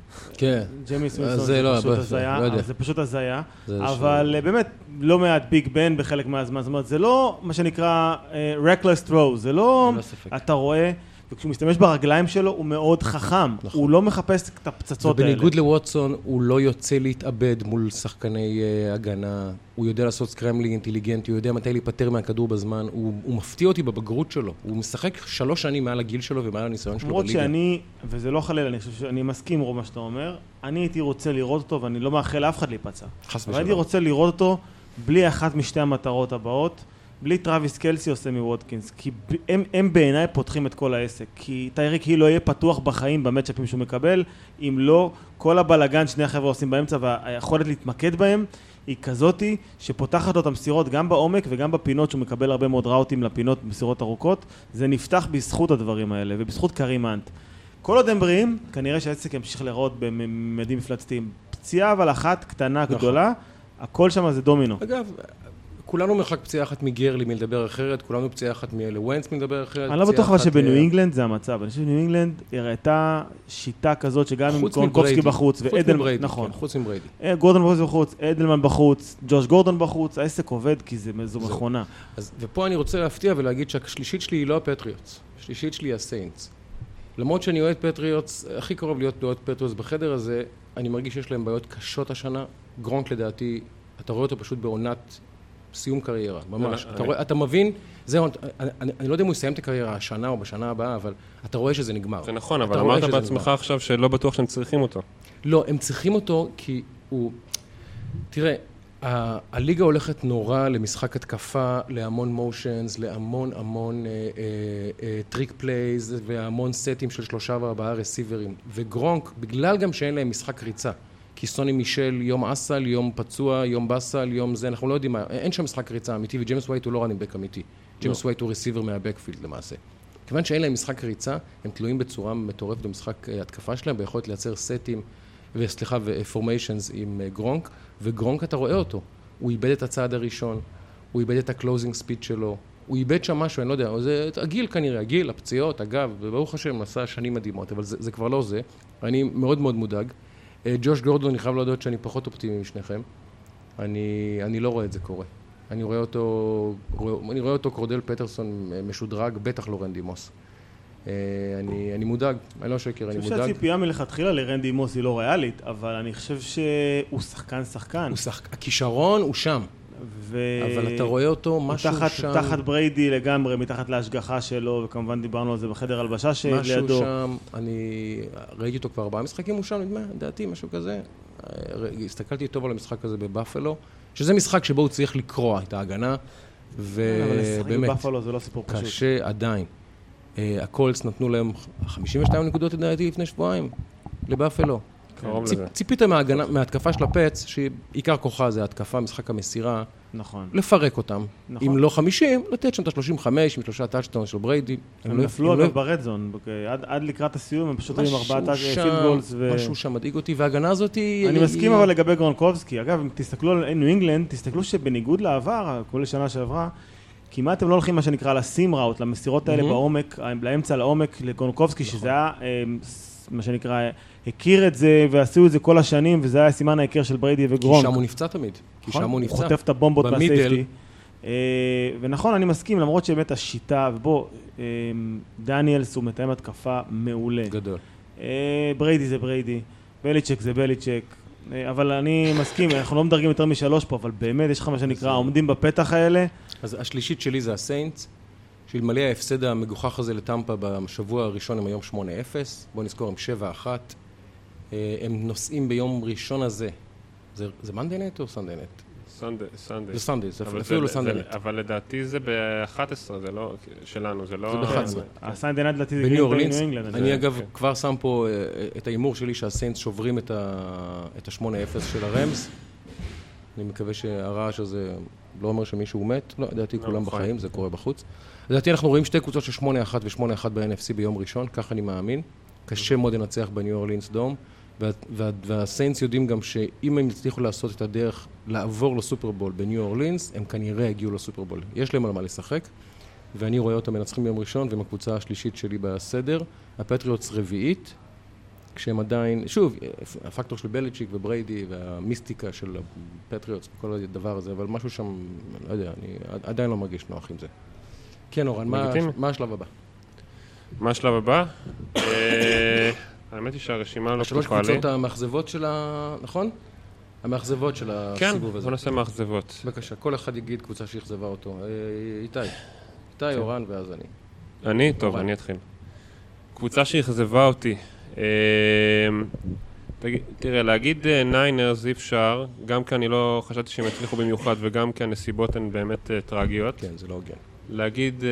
כן. ג'יימס ווינסטון זה פשוט הזיה, זה פשוט הזיה, אבל באמת לא מעט ביג בן בחלק מהזמן, זאת אומרת זה לא מה שנקרא reckless throw, זה לא, אתה רואה, וכשהוא מסתמש ברגליים שלו הוא מאוד חכם, הוא לא מחפש את הפצצות האלה. ובניגוד לווטסון הוא לא יוצא להתאבד מול שחקני הגנה, הוא יודע לעשות סקרמלינג אינטליגנטי, הוא יודע מתי להיפטר מהכדור בזמן, הוא מפתיע אותי בבגרות שלו, הוא משחק שלוש שנים מעל הגיל שלו ומעל הניסיון שלו בליגה. למרות שאני, וזה לא חלל, אני חושב שאני מסכים רוב מה שאתה אומר, אני הייתי רוצה לראות אותו ואני לא מאחל לאף אחד להיפצע. אבל הייתי רוצה לראות אותו בלי אחת משתי המטרות הבאות, בלי טראביס קלסי או סמי וודקינס, כי הם, הם בעיניי פותחים את כל העסק, כי טייריק היא לא יהיה פתוח בחיים במצ'אפים שהוא מקבל, אם לא כל הבלגן שני החבר'ה עושים באמצע והיכולת להתמקד בהם היא כזאתי שפותחת לו את המסירות גם בעומק וגם בפינות שהוא מקבל הרבה מאוד ראוטים לפינות במסירות ארוכות, זה נפתח בזכות הדברים האלה ובזכות קרים אנט. כל עוד הם בריאים, כנראה שהעסק ימשיך לראות בממדים מפלצתיים. פציעה אבל אחת קטנה גדולה, הכל שם זה דומינו. אגב, כולנו מרחק פציעה אחת מגרלי מלדבר אחרת, כולנו פציעה אחת מלווינס מלדבר אחרת. אני לא בטוח אבל שבניו אינגלנד זה המצב. אני חושב שניו אינגלנד הראתה שיטה כזאת שגם עם קורנקובסקי בחוץ, ואדלמן, נכון. חוץ מבריידי. גורדון בוקס בחוץ, אדלמן בחוץ, ג'וש גורדון בחוץ, העסק עובד כי זו מכונה. ופה אני רוצה להפתיע ולהגיד שהשלישית שלי היא לא הפטריוטס, השלישית שלי היא הסיינטס. למרות שאני אוהד פטריוטס, הכי קרוב להיות אוהד פטריוטס בחדר הזה, אני מרגיש שיש להם בעיות קשות השנה. גרונק לדעתי, אתה רואה אותו פשוט בעונת סיום קריירה, ממש. אתה רואה, אתה מבין, זהו, אני לא יודע אם הוא יסיים את הקריירה השנה או בשנה הבאה, אבל אתה רואה שזה נגמר. זה נכון, אבל אמרת בעצמך עכשיו שלא בטוח שהם צריכים אותו. לא, הם צריכים אותו כי הוא... תראה, הליגה הולכת נורא למשחק התקפה, להמון מושנס, להמון המון טריק פלייז והמון סטים של שלושה וארבעה רסיברים. וגרונק, בגלל גם שאין להם משחק ריצה, כי סוני מישל יום אסל, יום פצוע, יום בסל, יום זה, אנחנו לא יודעים מה, אין שם משחק ריצה אמיתי, וג'יימס ווייט הוא לא רנינבק אמיתי. ג'יימס ווייט הוא רסיבר מהבקפילד למעשה. כיוון שאין להם משחק ריצה, הם תלויים בצורה מטורפת במשחק התקפה שלהם, ביכולת לייצר סטים, וסליחה, ופורמיישנס עם גרונק, וגרונק אתה רואה אותו. הוא איבד את הצעד הראשון, הוא איבד את הקלוזינג ספיד שלו, הוא איבד שם משהו, אני לא יודע, זה הגיל כנראה, הגיל, הפציעות, אגב, וברוך השם, עשה שנים מדהימות, אבל זה, זה כבר לא זה. אני מאוד מאוד מודאג. ג'וש גורדון, אני חייב להודות שאני פחות אופטימי משניכם. אני, אני לא רואה את זה קורה. אני רואה אותו, אני רואה אותו קרודל פטרסון משודרג, בטח לא רנדי מוס. אני, אני מודאג, אני לא שקר, אני מודאג. אני חושב שהציפייה מלכתחילה לרנדי מוס היא לא ריאלית, אבל אני חושב שהוא שחקן שחקן. הוא שחק... הכישרון הוא שם. ו... אבל אתה רואה אותו, משהו תחת, שם... תחת בריידי לגמרי, מתחת להשגחה שלו, וכמובן דיברנו על זה בחדר הלבשה שלידו. משהו שם, אני ראיתי אותו כבר ארבעה משחקים, הוא שם, נדמה, דעתי, משהו כזה. הסתכלתי טוב על המשחק הזה בבאפלו, שזה משחק שבו הוא צריך לקרוע את ההגנה, ובאמת... אבל לשחק בבאפלו זה לא סיפור פשוט. קשה עדיין. הקולס נתנו להם חמישים ושתיים נקודות לדעתי לפני שבועיים, לבאפלו. ציפית מההתקפה של הפץ, שעיקר כוחה זה ההתקפה, משחק המסירה, נכון. לפרק אותם. אם לא חמישים, לתת שם את ה-שלושים וחמש, עם שלושה טאצ'טאון של בריידי. הם נפלו אגב ברד זון, עד לקראת הסיום, הם פשוט היו עם ארבעה פילד גולס. משהו שם מדאיג אותי, וההגנה הזאת היא... אני מסכים אבל לגבי גרונקובסקי. אגב, אם תסתכלו על ניו אינגלנד, תסתכלו שבניגוד לעבר, כל השנה שעברה, כמעט הם לא הולכים מה שנקרא לסים ראוט, למסירות האלה בעומק, לאמצע לעומק, לגרונקובסקי, שזה היה, מה שנקרא, הכיר את זה ועשו את זה כל השנים, וזה היה סימן ההיכר של בריידי וגרונק. כי שם הוא נפצע תמיד. כי שם הוא נפצע. הוא חוטף את הבומבות מהסייפטי. ונכון, אני מסכים, למרות שבאמת השיטה, ובוא, דניאלס הוא מתאם התקפה מעולה. גדול. בריידי זה בריידי, בליצ'ק זה בליצ'ק, אבל אני מסכים, אנחנו לא מדרגים יותר משלוש פה, אבל באמת יש לך מה שנקרא, עומדים בפתח האלה. אז השלישית שלי זה הסיינטס, שאלמלא ההפסד המגוחך הזה לטמפה בשבוע הראשון הם היום שמונה אפס, בואו נזכור הם שבע אחת, הם נוסעים ביום ראשון הזה, זה מנדי נט או סנדי נט? סנדי, סנדי. זה סנדי, זה אפילו לא סנדי נט. אבל לדעתי זה ב-אחת עשרה, זה לא שלנו, זה לא... זה ב-אחת עשרה. הסנדי נט לדעתי זה בניו אורלינס. אני אגב כבר שם פה את האימור שלי שהסיינטס שוברים את ה-שמונה אפס של הרמס. אני מקווה שהרעש הזה לא אומר שמישהו מת, לא, לדעתי כולם בחיים, זה קורה בחוץ. לדעתי אנחנו רואים שתי קבוצות של שמונה אחת ו-שמונה אחת ב-אן אף סי ביום ראשון, כך אני מאמין. קשה מאוד לנצח בניו אורלינס דום. והסיינטס יודעים גם שאם הם יצליחו לעשות את הדרך לעבור לסופרבול בניו אורלינס, הם כנראה הגיעו לסופרבול. יש להם על מה לשחק, ואני רואה אותם מנצחים ביום ראשון, ועם הקבוצה השלישית שלי בסדר, הפטריוטס רביעית, כשהם עדיין, שוב, הפקטור של בליצ'יק ובריידי, והמיסטיקה של הפטריוטס, וכל הדבר הזה, אבל משהו שם, לא יודע, אני עדיין לא מרגיש נוח עם זה. כן, אורן, מה, מה השלב הבא? מה השלב הבא? האמת היא שהרשימה לא פתוחה לי. השלוש קבוצות המאכזבות של ה... נכון? המאכזבות של הסיבוב הזה. כן, בוא נעשה מאכזבות. בבקשה, כל אחד יגיד קבוצה שהאכזבה אותו. איתי. איתי, אורן, ואז אני. אני? טוב, אני אתחיל. קבוצה שהאכזבה אותי. תראה, להגיד ניינרס אי אפשר, גם כי אני לא חשבתי שהם הצליחו במיוחד, וגם כי הנסיבות הן באמת טרגיות. כן, זה לא הוגן. להגיד...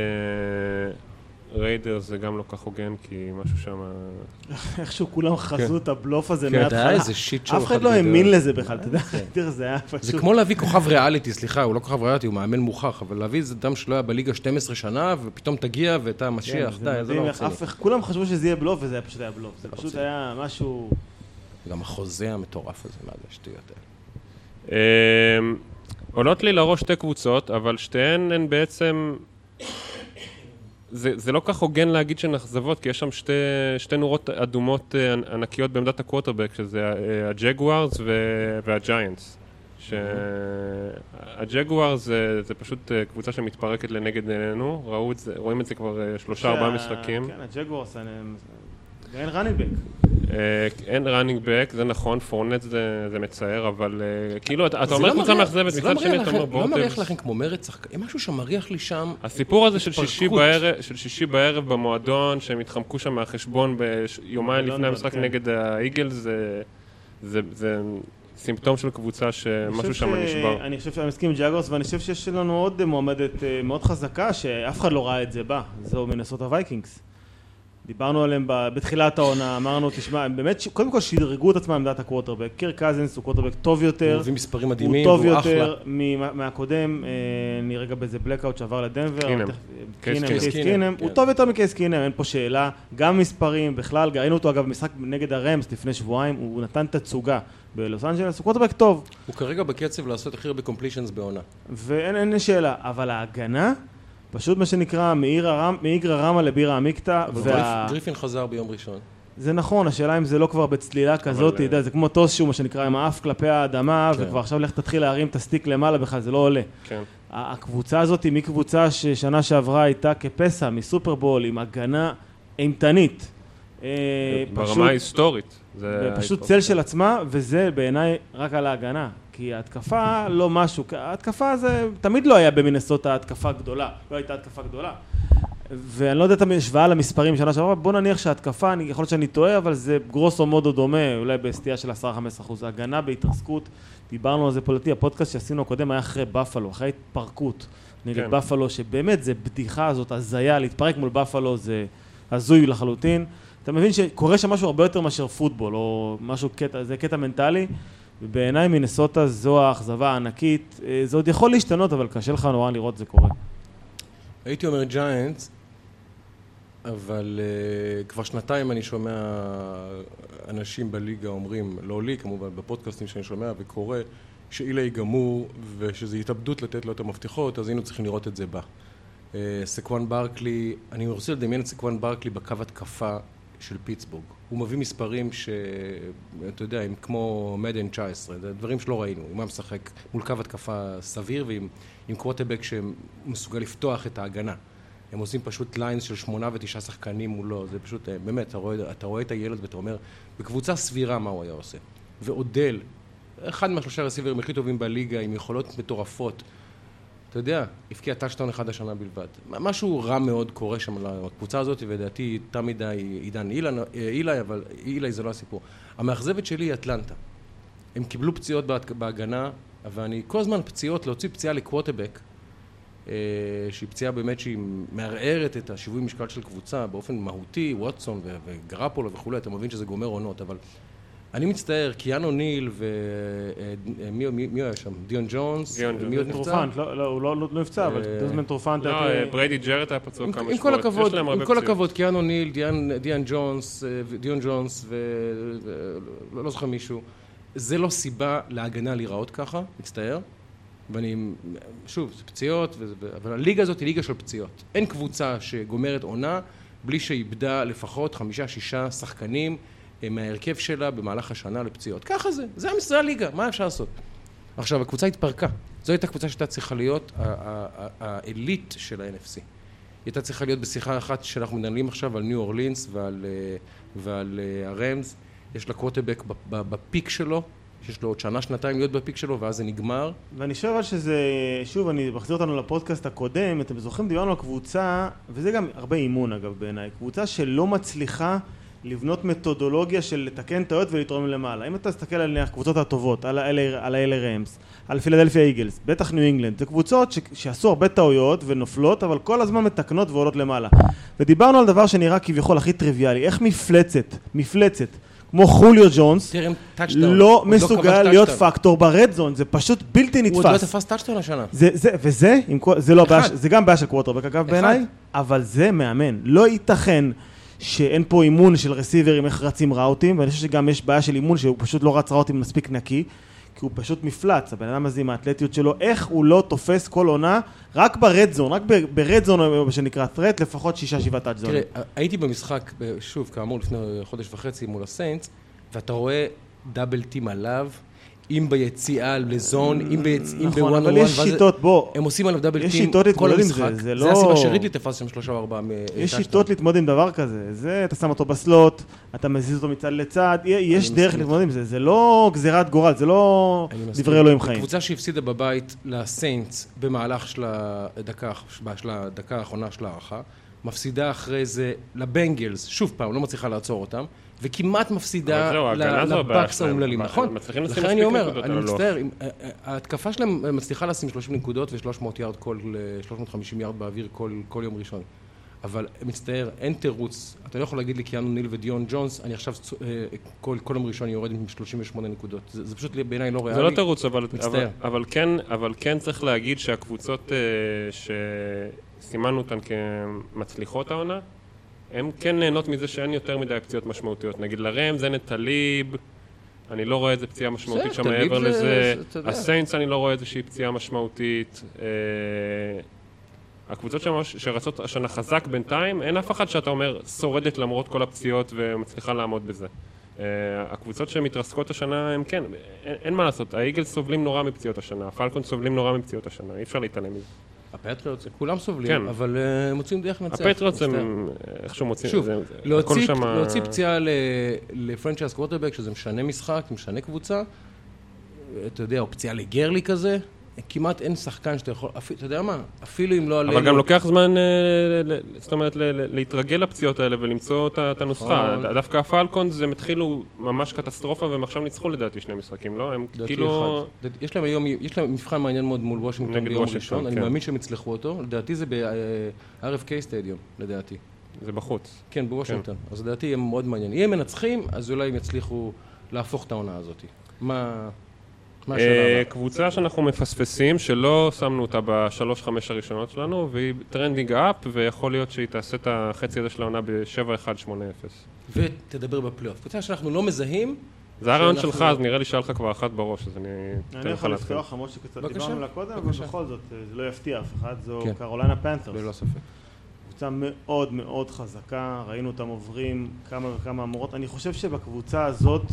ריידר זה גם לא כך הוגן, כי משהו שם... איכשהו כולם חזו את הבלוף הזה מההתחלה. כן, היה איזה שיט שוב. אף אחד לא האמין לזה בכלל, אתה יודע, זה היה פשוט... זה כמו להביא כוכב ריאליטי, סליחה, הוא לא כוכב ריאליטי, הוא מאמן מוכח, אבל להביא איזה דם שלא היה בליגה שתים עשרה שנה, ופתאום תגיע ואתה משיח, די, זה לא רציני. כולם חשבו שזה יהיה בלוף, וזה פשוט היה בלוף. זה פשוט היה משהו... גם החוזה המטורף הזה, מה זה שטויות האלה. עולות לי לראש שתי קבוצות, אבל שתיהן הן בעצם... זה, זה לא כך הוגן להגיד שהן אכזבות, כי יש שם שתי, שתי נורות אדומות ענקיות בעמדת הקווטרבק, שזה הג'גוארס והג'יינטס. שהג'גוארס זה, זה פשוט קבוצה שמתפרקת לנגד עינינו, ראו את זה, רואים את זה כבר שלושה, ארבעה משחקים. כן, הג'גוארס, אין ראנינג בק. אין ראנינג בק, זה נכון, פורנט זה, זה מצער, אבל כאילו, אתה אומר קבוצה מאכזבת, מצד שני, אתה אומר בורטבס. לא מריח לכם כמו מרץ, משהו שמריח לי שם... הסיפור הזה של שישי בערב, של שישי בערב במועדון, שהם התחמקו שם מהחשבון ביומיים לפני המשחק נגד האיגל, זה סימפטום של קבוצה שמשהו שם נשבר. אני חושב שאני מסכים עם ג'אגורס, ואני חושב שיש לנו עוד מועמדת מאוד חזקה, שאף אחד לא ראה את זה בה, זהו מינסוטה וייקינגס. דיברנו עליהם בתחילת העונה, אמרנו, תשמע, הם באמת, קודם כל שדרגו את עצמם עמדת הקווטרבק. קירק קזינס הוא קווטרבק טוב יותר. הוא מביא מספרים מדהימים, הוא טוב יותר מהקודם. אני רגע באיזה בלקאוט שעבר לדנבר. קייס קינם. הוא טוב יותר מקייס קינם, אין פה שאלה. גם מספרים, בכלל, ראינו אותו אגב במשחק נגד הרמס לפני שבועיים, הוא נתן תצוגה בלוס אנג'לס, הוא קווטרבק טוב. הוא כרגע בקצב לעשות הכי הרבה קומפלישנס בעונה. ואין שאלה, אבל ההגנה פשוט מה שנקרא מאיגרא רמא לבירא עמיקתא. גריפין חזר ביום ראשון. זה נכון, השאלה אם זה לא כבר בצלילה כזאת, זה כמו טוס שהוא מה שנקרא עם האף כלפי האדמה, וכבר עכשיו לך תתחיל להרים את הסטיק למעלה בכלל, זה לא עולה. הקבוצה הזאת היא מקבוצה ששנה שעברה הייתה כפסע מסופרבול עם הגנה אימתנית. ברמה ההיסטורית. פשוט צל של עצמה, וזה בעיניי רק על ההגנה. כי ההתקפה לא משהו, ההתקפה זה תמיד לא היה במינסוטה התקפה גדולה, לא הייתה התקפה גדולה. ואני לא יודע את השוואה למספרים שנה שעברה, בוא נניח שההתקפה, אני יכול להיות שאני טועה, אבל זה גרוסו מודו דומה, אולי בסטייה של עשרה עד חמישה עשר אחוז. ההגנה בהתרסקות, דיברנו על זה פה, הפודקאסט שעשינו הקודם היה אחרי בפלו, אחרי התפרקות נגד בפלו, שבאמת זה בדיחה הזאת, הזיה, להתפרק מול בפלו זה הזוי לחלוטין. אתה מבין שקורה שם משהו הרבה יותר מאשר פוטבול, או משהו קטע, זה קטע מנטלי, ובעיניי מינסוטה זו האכזבה הענקית, זה עוד יכול להשתנות, אבל קשה לך נורא לראות זה קורה. הייתי אומר ג'יינטס, אבל uh, כבר שנתיים אני שומע אנשים בליגה אומרים, לא לי כמובן, בפודקאסטים שאני שומע וקורא, שאילי גמור ושזה התאבדות לתת לו את המפתחות, אז היינו צריכים לראות את זה בה. Uh, סקוואן ברקלי, אני רוצה לדמיין את סקוואן ברקלי בקו התקפה של פיטסבורג. הוא מביא מספרים שאתה יודע, הם כמו מדן תשע עשרה, זה דברים שלא ראינו. הוא מה משחק מול קו התקפה סביר ועם עם קווטרבק שמסוגל לפתוח את ההגנה. הם עושים פשוט ליינס של שמונה ותשעה שחקנים מולו, זה פשוט, באמת, אתה רואה, אתה רואה את הילד ואתה אומר, בקבוצה סבירה מה הוא היה עושה. ואודל, אחד מהשלושה רסיברים הכי טובים בליגה, עם יכולות מטורפות, אתה יודע, הפקיע טאצ'דאון אחד השנה בלבד. משהו רע מאוד קורה שם לקבוצה הזאת, ודעתי תמיד עידן אילי, אבל אילי זה לא הסיפור. המאכזבת שלי היא אטלנטה. הם קיבלו פציעות בהגנה, ואני כל הזמן פציעות, להוציא פציעה לקווטרבק, שהיא פציעה באמת שהיא מערערת את השיווי משקל של קבוצה באופן מהותי, ווטסון וגרפולו וכו', אתה מבין שזה גומר עונות, אבל אני מצטער, קיאנו ניל ומי היה שם? דיון ג'ונס? מי עוד נפצע? לא, הוא לא נפצע, אבל דזמנט טרופנט... לא, בריידי ג'רט היה פצוע כמה שבועות. עם כל הכבוד, קיאנו ניל, דיון ג'ונס, דיון ג'ונס ולא זוכר מישהו, זה לא סיבה להגנה להיראות ככה, מצטער. ואני, שוב, זה פציעות, אבל הליגה הזאת היא ליגה של פציעות. אין קבוצה שגומרת עונה בלי שאיבדה לפחות חמישה, שישה שחקנים מההרכב שלה במהלך השנה לפציעות. ככה זה, זה המסרה הליגה, מה אפשר לעשות? עכשיו, הקבוצה התפרקה. זו הייתה קבוצה שהייתה צריכה להיות האליט של ה-אן אף סי. היא הייתה צריכה להיות בשיחה אחת שאנחנו מנהלים עכשיו על ניו אורלינס ועל, ועל הרמס. יש לה קווטרבק בפיק שלו, שיש לו עוד שנה, שנתיים להיות בפיק שלו, ואז זה נגמר. ואני חושב שזה, שוב, אני מחזיר אותנו לפודקאסט הקודם, אתם זוכרים, דיברנו על קבוצה, וזה גם הרבה אימון אגב בעיניי, קבוצה שלא מצליחה לבנות מתודולוגיה של לתקן טעויות ולתרום למעלה. אם אתה תסתכל על הקבוצות הטובות, על ה-אל איי רמס, על פילדלפיה איגלס, בטח ניו אינגלנד, זה קבוצות ש- שעשו הרבה טעויות ונופלות, אבל כל הזמן מתקנות ועולות למעלה. ודיברנו על דבר שנראה כביכול הכי טריוויאלי, איך מפלצת, מפלצת, כמו חוליו ג'ונס, לא מסוגל להיות פקטור ברד זון, זה פשוט בלתי נתפס. הוא עוד לא תפס טאצ'דאון השנה. וזה, זה גם בעיה של קווטרבק אגב בעיניי, אבל זה מאמן. לא ייתכן שאין פה אימון של רסיברים איך רצים ראוטים, ואני חושב שגם יש בעיה של אימון שהוא פשוט לא רץ ראוטים מספיק נקי, כי הוא פשוט מפלץ, הבן אדם הזה עם האתלטיות שלו, איך הוא לא תופס כל עונה, רק ברד זון, רק ברד זון שנקרא threat, לפחות שישה שבעה טאצ'דאון. תראה, הייתי במשחק, שוב, כאמור לפני חודש וחצי מול הסיינטס, ואתה רואה דאבל טים עליו, אם ביציאה לזון, אם ביציאה, נכון, אבל יש שיטות, בוא, הם עושים עליו דאבל טים כל המשחק, זה הסיבה שרידלי תפס שם שלושה או ארבעה. יש שיטות להתמודד עם דבר כזה, זה, אתה שם אותו בסלוט, אתה מזיז אותו מצד לצד, יש דרך להתמודד עם זה, זה לא גזירת גורל, זה לא דברי אלוהים חיים. קבוצה שהפסידה בבית לסיינטס במהלך של הדקה האחרונה של הערכה, מפסידה אחרי זה לבנגלס, שוב פעם, לא מצליחה לעצור אותם, וכמעט מפסידה לבקס האומללים, נכון? לכן אני אומר, אני מצטער, ההתקפה שלהם מצליחה לשים שלושים נקודות ו-שלוש מאות יארד, שלוש מאות וחמישים יארד באוויר כל יום ראשון. אבל מצטער, אין תירוץ, אתה לא יכול להגיד לי קיאנו ניל ודיון ג'ונס, אני עכשיו כל יום ראשון יורד עם שלושים ושמונה נקודות. זה פשוט בעיניי לא ריאלי. זה לא תירוץ, אבל כן צריך להגיד שהקבוצות שסימנו אותן כמצליחות העונה, הם כן נהנות מזה שאין יותר מדי פציעות משמעותיות. נגיד לרמס, אין את טליב, אני לא רואה איזה פציעה משמעותית שם מעבר לזה. הסיינטס אני לא רואה איזושהי פציעה משמעותית. הקבוצות שרצות השנה חזק בינתיים, אין אף אחד שאתה אומר שורדת למרות כל הפציעות ומצליחה לעמוד בזה. הקבוצות שמתרסקות השנה הם כן, אין מה לעשות, האיגלס סובלים נורא מפציעות השנה, הפלקון סובלים נורא מפציעות השנה, אי אפשר להתעלם מזה. הפטריוטס, כולם סובלים, אבל מוצאים דרך לנצח. הפטריוטס הם איכשהו מוצאים, שוב, להוציא פציעה לפרנצ'ייז קווטרבק, שזה משנה משחק, משנה קבוצה, אתה יודע, או פציעה לגרלי כזה, כמעט אין שחקן שאתה יכול, אתה יודע מה, אפילו אם לא עלינו... אבל גם לוקח זמן, זאת אומרת, להתרגל לפציעות האלה ולמצוא את הנוסחה. דווקא הפלקונס הם התחילו ממש קטסטרופה, והם עכשיו ניצחו לדעתי שני משחקים, לא? הם כאילו... יש להם היום, יש להם מבחן מעניין מאוד מול וושינגטון ביום ראשון, אני מאמין שהם יצלחו אותו, לדעתי זה ב-אר אף קיי סטדיום, לדעתי. זה בחוץ. כן, בוושינגטון. אז לדעתי הם מאוד מעניין. אם הם מנצחים, אז אולי הם יצליחו להפוך את העונה הזאת. מה... קבוצה שאנחנו מפספסים, שלא שמנו אותה בשלוש חמש הראשונות שלנו, והיא טרנדינג אפ, ויכול להיות שהיא תעשה את החצי הזה של העונה ב-שבע אחת שמונה אפס. ותדבר בפלייאוף. קבוצה שאנחנו לא מזהים... זה הרעיון שלך, אז נראה לי שהיה לך כבר אחת בראש, אז אני... אני יכול לפתוח, למרות שקצת דיברנו לה קודם, אבל בכל זאת, זה לא יפתיע אף אחד, זו קרוליינה פנת'רס. ללא ספק. קבוצה מאוד מאוד חזקה, ראינו אותם עוברים כמה וכמה אמורות. אני חושב שבקבוצה הזאת...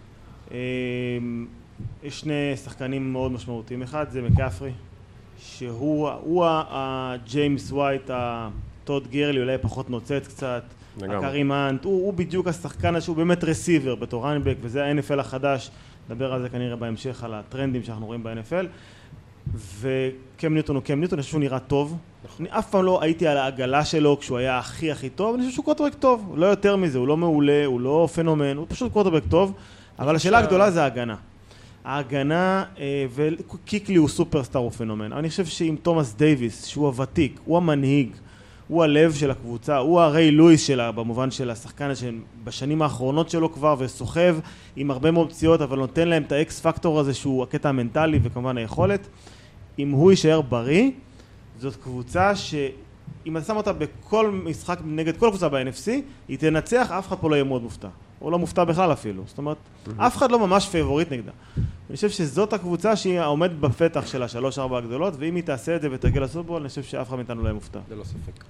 יש שני שחקנים מאוד משמעותיים. אחד זה מקאפרי, שהוא הג'יימס ווייט, הטוד גרלי, אולי פחות נוצץ קצת, הקרים האנט, הוא, הוא בדיוק השחקן שהוא באמת רסיבר בתור ריינבק, וזה ה-אן אף אל החדש, נדבר על זה כנראה בהמשך, על הטרנדים שאנחנו רואים ב-אן אף אל, וקם ניוטון הוא קם ניוטון, אני חושב שהוא נראה טוב, אני אף פעם לא הייתי על העגלה שלו כשהוא היה הכי הכי טוב, אני חושב שהוא קוטרבק טוב, לא יותר מזה, הוא לא מעולה, הוא לא פנומן, הוא פשוט קוטרבק טוב, אבל השאלה הגדולה זה ההגנה. ההגנה, וקיקלי הוא סופרסטאר ופנומן. אני חושב שעם תומאס דייביס, שהוא הוותיק, הוא המנהיג, הוא הלב של הקבוצה, הוא הרי לואיס שלה, במובן של השחקן שבשנים האחרונות שלו כבר, וסוחב עם הרבה מאוד פציעות, אבל נותן להם את האקס פקטור הזה, שהוא הקטע המנטלי וכמובן היכולת. אם הוא יישאר בריא, זאת קבוצה שאם אתה שם אותה בכל משחק נגד כל קבוצה ב-אן אף סי, היא תנצח, אף אחד פה לא יהיה מאוד מופתע. או לא מופתע בכלל אפילו. זאת אומרת, אף אחד לא ממש פייבוריט נגדה. אני חושב שזאת הקבוצה שהיא עומדת בפתח של השלוש ארבע הגדולות, ואם היא תעשה את זה ותגיע לסופרבול, אני חושב שאף אחד מאיתנו לא יהיה מופתע. זה לא ספק.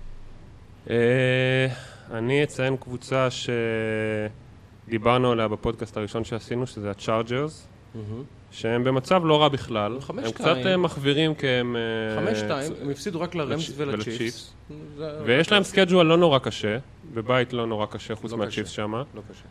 אני אציין קבוצה שדיברנו עליה בפודקאסט הראשון שעשינו, שזה הצ'ארג'רס, שהם במצב לא רע בכלל. הם קצת מחבירים כי הם... חמש שתיים, הם הפסידו רק לרמס ולצ'יפס. ויש להם סקייג'ואל לא נורא קשה, בבית לא נורא קשה, חוץ מהצ'יפס שמה. לא קשה.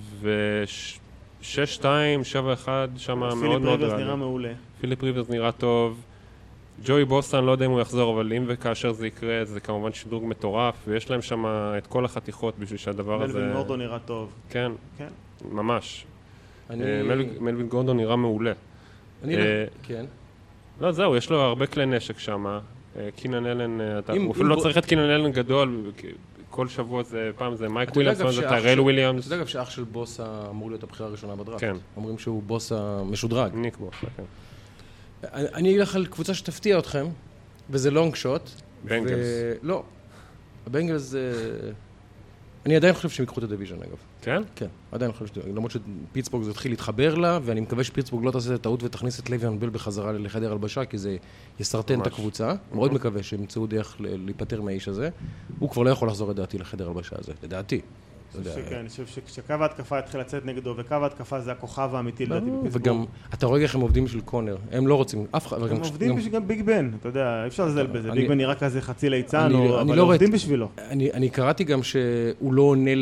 ו-שש שתיים, שבע אחד שמה מאוד מאוד רע. פיליפ ריברס נראה מעולה. פיליפ ריברס נראה טוב. ג'וי בוסטון, לא יודע אם הוא יחזור, אבל אם וכאשר זה יקרה, זה כמובן שדרוג מטורף, ויש להם שם את כל החתיכות בשביל שהדבר הזה... מלווין גורדון נראה טוב. כן, ממש. מלווין גורדון נראה מעולה. אני לא, כן. לא, זהו, יש לו הרבה כלי נשק שם. קינן אלן, הוא אפילו לא צריך את קינן אלן גדול, כל שבוע זה, פעם זה מייק וויליאמס, זה טיירל וויליאמס. אתה יודע אגב שאח של בוסה אמור להיות הבחירה הראשונה בדראפט. כן. אומרים שהוא בוסה משודרג. ניק בוסה, כן. אני אגיד לך על קבוצה שתפתיע אתכם, וזה לונג שוט. בנגלס. לא. הבנגלס זה... אני עדיין חושב שהם יקחו את הדיוויז'ן, אגב. כן? כן, עדיין חושב שזה... למרות שפיטסבורג זה התחיל להתחבר לה, ואני מקווה שפיטסבורג לא תעשה את הטעות ותכניס את לויאן בל בחזרה לחדר הלבשה, כי זה יסרטן את הקבוצה. מאוד מקווה שהם ימצאו דרך להיפטר מהאיש הזה. הוא כבר לא יכול לחזור לדעתי לחדר הלבשה הזה, לדעתי. אני חושב שכשקו ההתקפה התחיל לצאת נגדו, וקו ההתקפה זה הכוכב האמיתי לדעתי בפיטסבורג. וגם, אתה רואה איך הם עובדים בשביל קונר, הם לא רוצים, אף אחד... הם עובדים בשביל גם ביג בן, אתה יודע, אי אפשר לזל בזה, ביג בן נראה כזה חצי ליצן, אבל עובדים בשבילו. אני קראתי גם שהוא לא עונה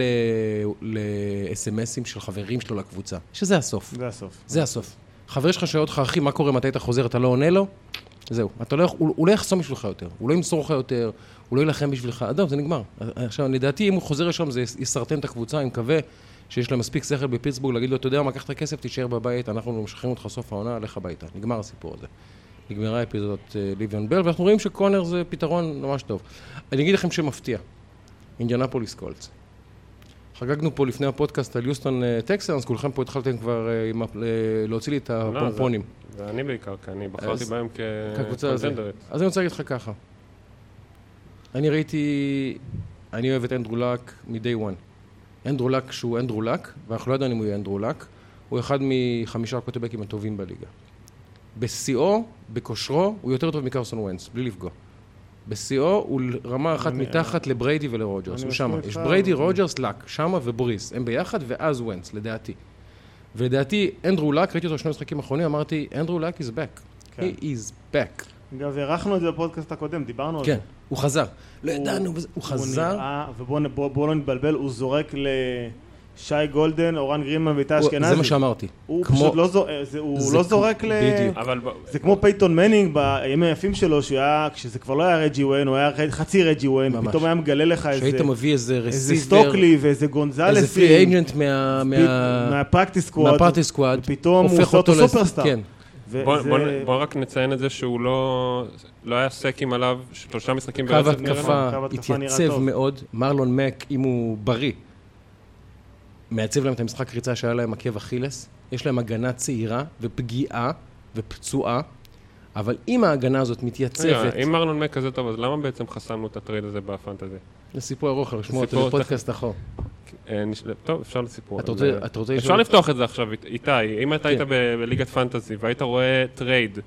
ל-אס אם אסים של חברים שלו לקבוצה, שזה הסוף. זה הסוף. זה הסוף. חבר שלך שואל אותך, אחי, מה קורה מתי אתה חוזר, אתה לא עונה לו? זהו, הוא לא יחסום בשבילך יותר, הוא לא ימסור לך יותר, הוא לא ילחם בשבילך, אדם, זה נגמר. עכשיו, לדעתי, אם הוא חוזר לשם, זה יסרטן את הקבוצה, אני מקווה שיש לה מספיק שכל בפיטסבורג, להגיד לו, אתה יודע מה, קח את הכסף, תישאר בבית, אנחנו משחררים אותך סוף העונה, לך הביתה. נגמר הסיפור הזה. נגמרה אפיזודת ליביון בל, ואנחנו רואים שקונר זה פתרון ממש טוב. אני אגיד לכם שמפתיע, אינדיאנפוליס קולטס. חגגנו פה לפני הפודקאסט על יוסטון טקסנס, כולכם פה התחלתם כבר להוציא לי את הפומפונים. זה אני בעיקר, כי אני בחרתי בהם כקונטנדרית. אז אני רוצה להגיד לך ככה. אני ראיתי, אני אוהב את אנדרו לק מ-day one. אנדרו לק שהוא אנדרו לק, ואנחנו לא יודעים אם הוא יהיה אנדרו לק, הוא אחד מחמישה הקוטבקים הטובים בליגה. בשיאו, בכושרו, הוא יותר טוב מקרסון ווינס, בלי לפגוע. בשיאו הוא רמה אחת מתחת לבריידי ולרוג'רס, הוא שמה. יש בריידי, רוג'רס, לק, שמה ובריס, הם ביחד, ואז ונץ, לדעתי. ולדעתי, אנדרו לק, ראיתי אותו שני משחקים אחרונים, אמרתי, אנדרו לק is back. He is back. אגב, ערכנו את זה בפודקאסט הקודם, דיברנו על זה. כן, הוא חזר. לא ידענו, הוא חזר. ובואו לא נתבלבל, הוא זורק לשי גולדן, אורן גרינמן ואיתי אשכנזי. זה מה שאמרתי. הוא פשוט לא זורק ל... זה כמו פייטון מנינג בימים היפים שלו, כשזה כבר לא היה רג'י וויין, הוא היה חצי רג'י וויין, ופתאום היה מגלה לך איזה... שהיית מביא איזה רסיבר... איזה סטוקלי ואיזה גונזלסי... איזה פרי אייג'נט מה... מהפרקטיס סקוואד. מהפרקטיס סקוואד. ופתאום הוא עושה אותו סופרסטאר. בוא רק נציין את זה שהוא לא היה סקים עליו שלושה משחקים קו התקפה התייצב מאוד, מרלון מק אם הוא בריא מעצב להם את המשחק ריצה שהיה להם עקב אכילס, יש להם הגנה צעירה ופגיעה ופצועה, אבל אם ההגנה הזאת מתייצבת... אם מרלון מק כזה טוב, אז למה בעצם חסמנו את הטרייד הזה בפנטזי? זה סיפור ארוך, לשמוע אותו בפודקאסט אחור. טוב, אפשר לסיפור. אפשר לפתוח את זה עכשיו, איתי. אם אתה היית בליגת פנטזי והיית רואה טרייד,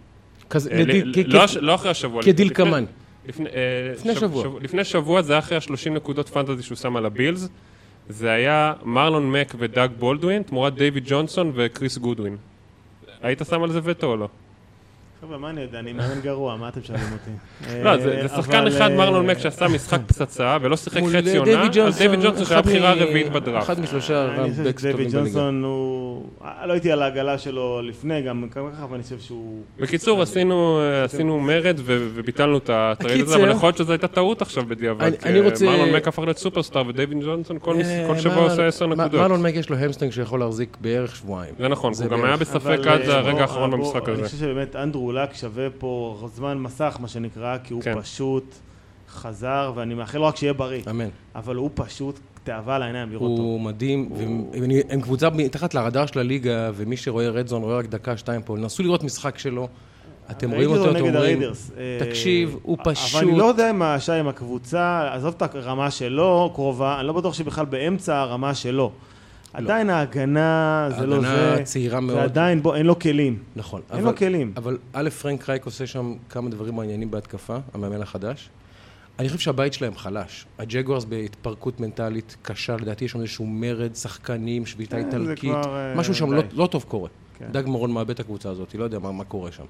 לא אחרי השבוע, כדילקמן. לפני שבוע. לפני שבוע זה אחרי ה-שלושים נקודות פנטזי שהוא שם על הבילס, זה היה מרלון מק ודאג בולדווין, תמורת דיוויד ג'ונסון וקריס גודווין. היית שם על זה וטו או לא? חבר'ה, מה אני יודע? אני מאמן גרוע, מה אתם שואלים אותי? לא, זה שחקן אחד מרלון מק שעשה משחק פצצה ולא שיחק חצי עונה, על דיוויד ג'ונסון שהיה בחירה רביעית בדראפט. אחד משלושה רמבקס טובים בליגה. דיוויד ג'ונסון הוא... לא הייתי על העגלה שלו לפני, גם ככה, אבל אני חושב שהוא... בקיצור, עשינו מרד וביטלנו את הטרייד הזה, אבל יכול להיות שזו הייתה טעות עכשיו בדיעבד. מרלון מק הפך להיות סופרסטאר ודייוויד ג'ונסון כל שבוע עושה עשר נקודות. מרלון מק יש לו המסטרינג שיכול להחזיק בערך שבועיים. זה נכון, הוא גם היה בספק עד הרגע האחרון במשחק הזה. אני חושב שבאמת אנדרו לק שווה פה זמן מסך, מה שנקרא, כי הוא פשוט חזר, ואני מאחל לו רק שיהיה בריא. אמן. אבל הוא פשוט תאווה לעיניים לראות אותו. הוא מדהים, והם קבוצה מתחת לרדאר של הליגה, ומי שרואה רדזון רואה רק דקה, שתיים פה, נסו לראות משחק שלו, אתם רואים אותו, אתם אומרים, תקשיב, הוא פשוט... אבל אני לא יודע מה השעה עם הקבוצה, עזוב את הרמה שלו, קרובה, אני לא בטוח שבכלל באמצע הרמה שלו. עדיין ההגנה, זה לא זה. ההגנה צעירה מאוד. זה עדיין, בוא, אין לו כלים. נכון. אין לו כלים. אבל א', פרנק רייק עושה שם כמה דברים מעניינים בהתקפה, המאמן החדש. אני חושב שהבית שלהם חלש. הג'גוארס בהתפרקות מנטלית קשה, לדעתי יש שם איזשהו מרד, שחקנים, שביתה איטלקית. משהו שם לא טוב קורה. דג מרון מאבד את הקבוצה הזאת, לא יודע מה קורה שם.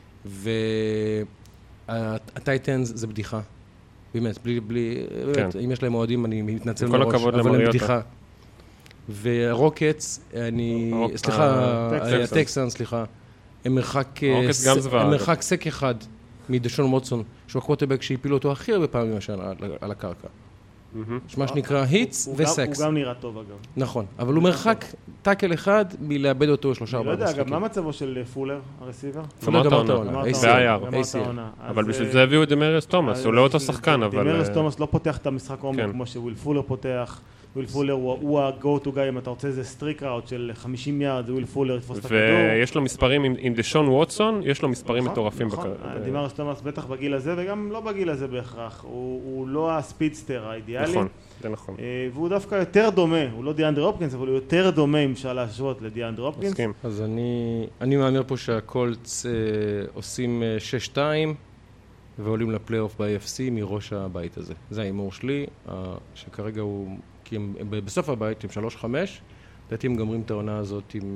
והטייטנס זה בדיחה. באמת, בלי... אם יש להם מועדים, אני מתנצל מראש, אבל הם בדיחה. והרוקטס, אני, סליחה, הטקסן, סליחה, הם מרחק סק אחד מדשון מוטסון, שהוא הקווטרבק שהפילו אותו הכי הרבה פעמים השנה על הקרקע. יש מה שנקרא היטס וסקס. הוא גם נראה טוב אגב. נכון, אבל הוא מרחק טאקל אחד מלאבד אותו שלושה ארבעה משחקים. אני לא יודע, אגב, מה מצבו של פולר, הרסיבר? פולר גמר את העונה, אבל בשביל זה הביאו את דמריוס תומאס, הוא לא אותו שחקן, אבל... דמריוס תומאס לא פותח את המשחק עומק כמו שוויל פולר פותח. וויל פולר הוא ה-go to guy, אם אתה רוצה איזה סטריק ראוט של חמישים יארד, זה וויל פולר יתפוס את הכדור. ויש לו מספרים עם דשון ווטסון, יש לו מספרים מטורפים. נכון, דמריוס תומאס בטח בגיל הזה, וגם לא בגיל הזה בהכרח. הוא לא הספידסטר האידיאלי. נכון, זה נכון. והוא דווקא יותר דומה, הוא לא דיאנדר הופקינס, אבל הוא יותר דומה, אם אפשר להשוות לדיאנדר הופקינס. מסכים. אז אני מאמר פה שהקולטס עושים שש שתיים, ועולים לפלייאוף ב-איי אף סי מראש הבית הזה. זה האימור שלי, שכרגע הוא... כי הם בסוף הבית עם שלוש חמש, לדעתי הם גמרים את העונה הזאת עם...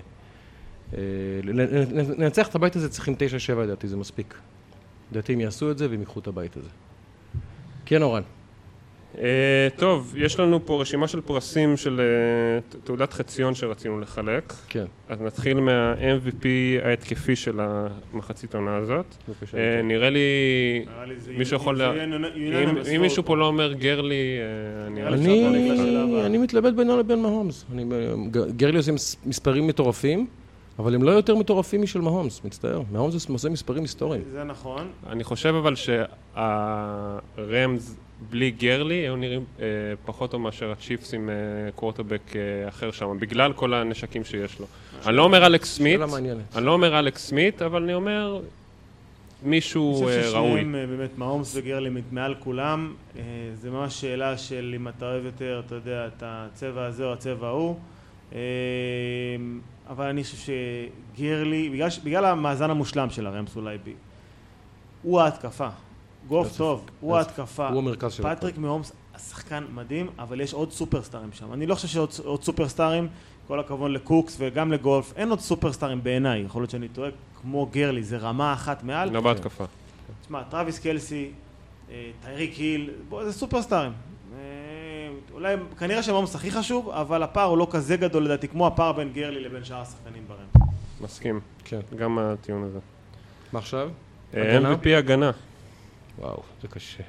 לנצח את הבית הזה צריכים תשע שבע, לדעתי זה מספיק. לדעתי הם יעשו את זה והם ייקחו את הבית הזה. כן, אורן. טוב, יש לנו פה רשימה של פרסים של תעודת חציון שרצינו לחלק. כן. אז נתחיל מה-אם וי פי ההתקפי של המחצית העונה הזאת. נראה לי, מישהו יכול... אם מישהו פה לא אומר גרלי, נראה לי... אני מתלבט בינו לבין מהומס. גרלי עושים מספרים מטורפים, אבל הם לא יותר מטורפים משל מהומס, מצטער. מהומס עושה מספרים היסטוריים. זה נכון. אני חושב אבל שהרמז... בלי גרלי, היו נראים אה, פחות או מאשר הצ'יפס עם אה, קוורטרבק אה, אחר שם, בגלל כל הנשקים שיש לו. אני לא אומר אלכס סמית, אני לא אומר אלכס סמית, אבל אני אומר מישהו אה, ראוי. אני חושב ששניהם אה, באמת, מהומס וגרלי מעל כולם, אה, זה ממש שאלה של אם אתה אוהב יותר, אתה יודע, את הצבע הזה או הצבע ההוא, אה, אבל אני חושב שגרלי, בגלל, בגלל המאזן המושלם של הרמס אולי בי, הוא ההתקפה. גוף טוב, הוא ההתקפה. הוא המרכז של פטריק מהומס, השחקן מדהים, אבל יש עוד סופרסטארים שם. אני לא חושב שעוד סופרסטארים, כל הכבוד לקוקס וגם לגולף, אין עוד סופרסטארים בעיניי. יכול להיות שאני טועה, כמו גרלי, זה רמה אחת מעל. לא בהתקפה. תשמע, טרוויס קלסי, טייריק היל, זה סופרסטארים. אולי, כנראה שמהומס הכי חשוב, אבל הפער הוא לא כזה גדול לדעתי, כמו הפער בין גרלי לבין שאר השחקנים ברם. מסכים. כן. גם הטיעון הזה. מה עכשיו? אם וי פי הגנה. וואו, זה קשה.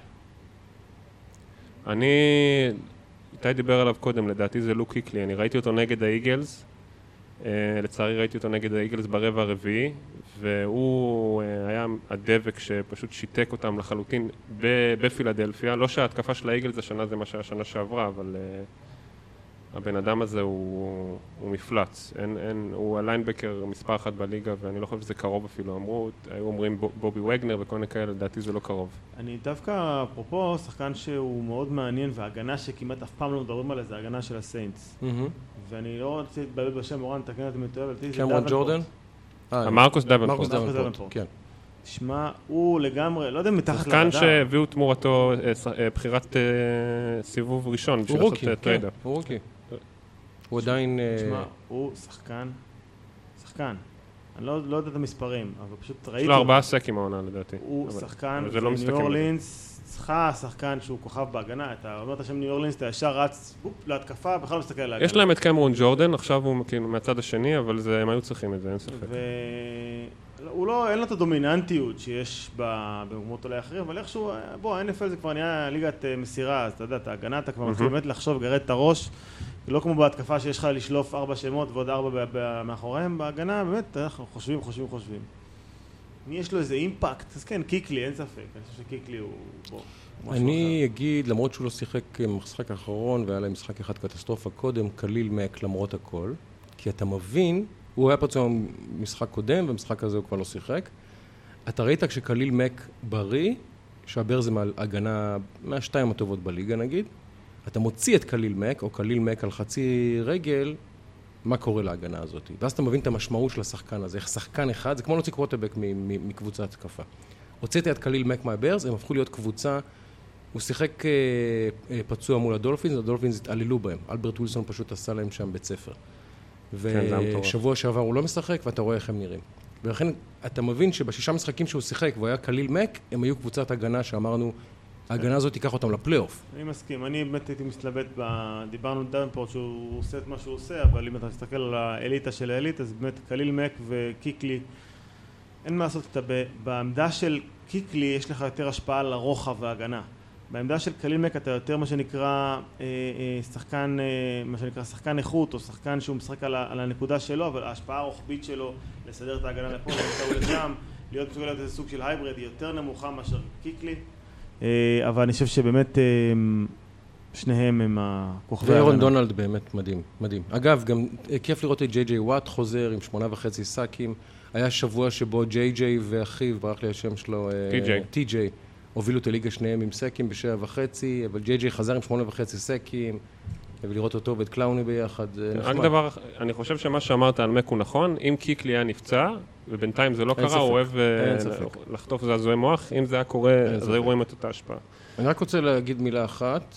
אני... איתי דיבר עליו קודם, לדעתי זה לוק קיקלי. אני ראיתי אותו נגד האיגלס. לצערי ראיתי אותו נגד האיגלס ברבע הרביעי, והוא היה הדבק שפשוט שיתק אותם לחלוטין בפילדלפיה. לא שההתקפה של האיגלס השנה זה מה שהשנה שעברה, אבל הבן אדם הזה הוא, הוא מפלץ. אין, אין, הוא הליינבקר מספר אחת בליגה, ואני לא חושב שזה קרוב אפילו. אמרו, היו אומרים בובי וגנר וכל מיני כאלה, לדעתי זה לא קרוב. אני דווקא, אפרופו, שחקן שהוא מאוד מעניין, וההגנה שכמעט אף פעם לא מדברים עליה, זה ההגנה של הסיינטס. Mm-hmm. ואני לא רוצה להתבלבל בשם, אורן, תקן אותי מתואב, אבל תראי, זה קמרון ג'ורדן? מרקוס דאבנפורט. מרקוס דאבנפורט, כן. תשמע, הוא לגמרי, לא יודע, מתחת שחקן שהביאו תמורתו בחירת סיבוב ראשון. הוא רוקי, כן, הוא רוקי. הוא עדיין... תשמע, הוא שחקן, שחקן. אני לא יודע את המספרים, אבל פשוט ראיתי... יש לו ארבעה סקים העונה, לדעתי. הוא שחקן, וניו אורלינס צריכה שחקן שהוא כוכב בהגנה. אתה אומר את השם ניו אורלינס, אתה ישר רץ להתקפה, בכלל לא מסתכל על ההגנה. יש להם את קמרון ג'ורדן, עכשיו הוא מהצד השני, אבל הם היו צריכים את זה, אין ספק. הוא לא, אין לו את הדומיננטיות שיש במקומות אולי אחרים, אבל איכשהו, בוא, ה-אן אף אל זה כבר נהיה ליגת מסירה, אז אתה יודע, את ההגנה אתה כבר מתחיל באמת לחשוב, גרד את הראש, לא כמו בהתקפה שיש לך לשלוף ארבע שמות ועוד ארבע מאחוריהם, בהגנה באמת אנחנו חושבים, חושבים, חושבים. מי יש לו איזה אימפקט? אז כן, קיקלי, אין ספק, אני חושב שקיקלי הוא... בוא, אני אגיד, למרות שהוא לא שיחק משחק האחרון, והיה להם משחק אחד קטסטרופה קודם, קליל מק למרות הכל, כי אתה מבין, הוא היה פצוע משחק קודם, ומשחק הזה הוא כבר לא שיחק. אתה ראית כשקליל מק בריא, שהבר זה מהגנה מהשתיים הטובות בליגה נגיד, אתה מוציא את קליל מק, או קליל מק על חצי רגל, מה קורה להגנה הזאת? ואז אתה מבין את המשמעות של השחקן הזה, איך שחקן אחד, זה כמו להוציא קווטרבק מקבוצת התקפה. הוצאתי את קליל מק מהברס, הם הפכו להיות קבוצה, הוא שיחק פצוע מול הדולפינס, הדולפינס התעללו בהם, אלברט ווילסון פשוט עשה להם שם בית ספר. ושבוע שעבר הוא לא משחק, ואתה רואה איך הם נראים. ולכן אתה מבין שבשישה משחקים שהוא שיחק, והוא היה קליל מק, הם היו קבוצת הגנה שאמרנו, ההגנה הזאת תיקח אותם לפלייאוף. אני מסכים, אני באמת הייתי מסתלבט, דיברנו דאבנפורט שהוא עושה את מה שהוא עושה, אבל אם אתה מסתכל על האליטה של האליטה, אז באמת קליל מק וקיקלי, אין מה לעשות, בעמדה של קיקלי יש לך יותר השפעה על הרוחב וההגנה. בעמדה של קליל מק אתה יותר מה שנקרא אה, אה, שחקן, אה, מה שנקרא שחקן איכות, או שחקן שהוא משחק על, על הנקודה שלו, אבל ההשפעה הרוחבית שלו לסדר את ההגנה לפה, למצוא לשם, להיות מסוגל להיות איזה סוג של הייבריד, היא יותר נמוכה מאשר קיקלי. אבל אני חושב שבאמת שניהם הם הכוכבי ההגנה. ואירון דונלד באמת מדהים, מדהים. אגב, גם כיף לראות את ג'יי ג'יי וואט חוזר עם שמונה וחצי סאקים. היה שבוע שבו ג'יי ג'יי ואחיו, ברח לי השם שלו, טי ג'יי, הובילו את הליגה שניהם עם סאקים בשבע וחצי, אבל ג'יי ג'יי חזר עם שמונה וחצי סאקים, ולראות אותו ואת קלאוני ביחד, רק דבר, אני חושב שמה שאמרת על מק הוא נכון, אם קיקלי היה נפצע, ובינתיים זה לא קרה, הוא אוהב לחטוף זעזועי מוח, אם זה היה קורה, אז היו רואים את אותה השפעה. אני רק רוצה להגיד מילה אחת,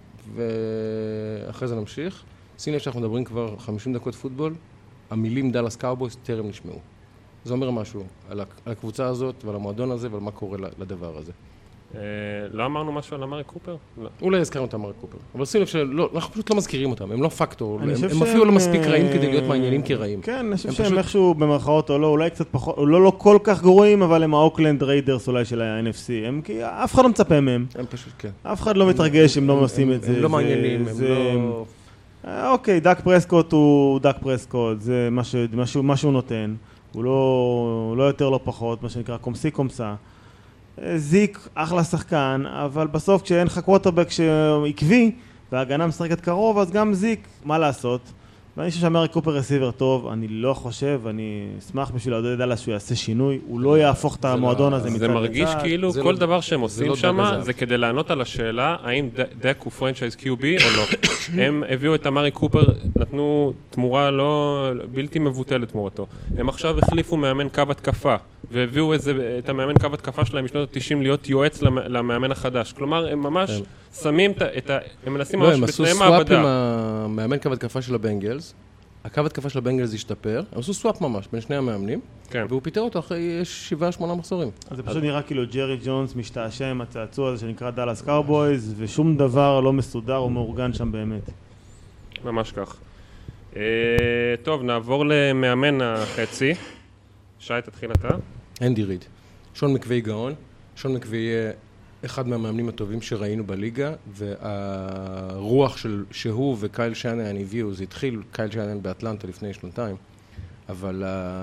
ואחרי זה נמשיך. שים לב שאנחנו מדברים כבר חמישים דקות פוטבול, המילים דאלאס קאובויז טרם נשמעו. זה אומר משהו על הקבוצה הזאת ועל המועדון הזה ועל מה קורה לדבר הזה. לא אמרנו משהו על אמרי קופר? אולי הזכרנו את אמרי קופר, אבל שים לב שאנחנו פשוט לא מזכירים אותם, הם לא פקטור, הם אפילו לא מספיק רעים כדי להיות מעניינים כרעים. כן, אני חושב שהם איכשהו במרכאות או לא, אולי קצת פחות, לא לא כל כך גרועים, אבל הם האוקלנד ריידרס אולי של ה-אן אף סי, הם כי אף אחד לא מצפה מהם. הם פשוט, כן. אף אחד לא מתרגש אם לא עושים את זה. הם לא מעניינים, הם לא... אוקיי, דאק פרסקוט הוא דאק פרסקוט, זה מה שהוא נותן. הוא לא יותר לא פחות, מה שנקרא קומסי קומסה. זיק, אחלה שחקן, אבל בסוף כשאין לך קווטרבק שעקבי וההגנה משחקת קרוב, אז גם זיק, מה לעשות? ואני חושב שאמרי קופר רסיבר טוב, אני לא חושב, אני אשמח בשביל לעודד דאלאס שהוא יעשה שינוי, הוא לא יהפוך את המועדון הזה מצד לצד. זה מרגיש כאילו כל דבר שהם עושים שם, זה כדי לענות על השאלה, האם דק הוא פרנצ'ייז קיו בי או לא. הם הביאו את אמרי קופר, נתנו תמורה לא בלתי מבוטלת תמורתו. הם עכשיו החליפו מאמן קו התקפה, והביאו את המאמן קו התקפה שלהם משנות ה-תשעים להיות יועץ למאמן החדש. כלומר, הם ממש שמים את ה... הם מנסים ממש בתנאי מעבדה. הם עשו סוואפ עם המאמן קו התקפה של הבנגלס. הקו התקפה של הבנגלס השתפר. הם עשו סוואפ ממש בין שני המאמנים. והוא פיטר אותו אחרי שבעה, שמונה מחזורים. זה פשוט נראה כאילו ג'רי ג'ונס משתעשע עם הצעצוע הזה שנקרא דאלאס קאובויז, ושום דבר לא מסודר או מאורגן שם באמת. ממש כך. טוב, נעבור למאמן החצי. שי, תתחיל אתה. אנדי ריד. שון מקווי גאון. שון מקווי אחד מהמאמנים הטובים שראינו בליגה, והרוח של שהוא וקייל שיינן הביאו, זה התחיל קייל שיינן באטלנטה לפני שנתיים, אבל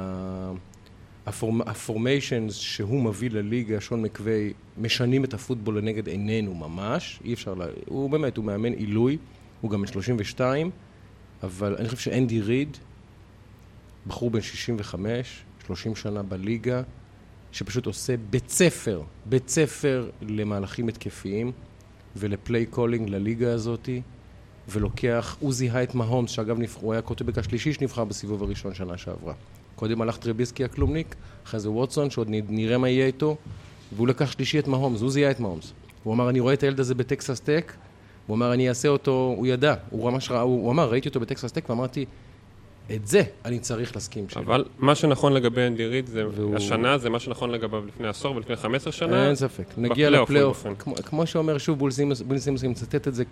הפורמיישנס שהוא מביא לליגה, שון מקווי, משנים את הפוטבול לנגד עינינו ממש, אי אפשר, לה... הוא באמת, הוא מאמן עילוי, הוא גם שלושים ושתיים, אבל אני חושב שאנדי ריד, בחור בן שישים וחמש, שלושים שנה בליגה, שפשוט עושה בית ספר, בית ספר למהלכים התקפיים ולפליי קולינג לליגה הזאת, ולוקח, הוא זיהה את מהומס, שאגב הוא היה קוטבק השלישי שנבחר בסיבוב הראשון שנה שעברה. קודם הלך טרביסקי הקלומניק, אחרי זה ווטסון, שעוד נראה מה יהיה איתו, והוא לקח שלישי את מהומס, הוא זיהה את מהומס. הוא אמר, אני רואה את הילד הזה בטקסס טק, הוא אמר, אני אעשה אותו, הוא ידע, הוא, ממש ראה, הוא, הוא אמר, ראיתי אותו בטקסס טק, ואמרתי, את זה אני צריך להסכים שם. אבל מה שנכון לגבי אנדי ריד, השנה זה מה שנכון לגביו לפני עשור ולפני חמש עשרה שנה. אין ספק. נגיע לפלייאוף. כמו שאומר שוב, בול סימוס מצטט את זה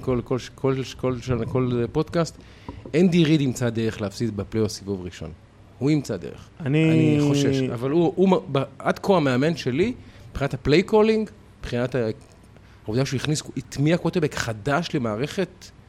כל פודקאסט, אנדי ריד ימצא דרך להפסיד בפלייאוף סיבוב ראשון. הוא ימצא דרך. אני חושש. אבל הוא, עד כה המאמן שלי, מבחינת הפליי קולינג, מבחינת העובדה שהוא הכניס, התמיע קוטבק חדש למערכת,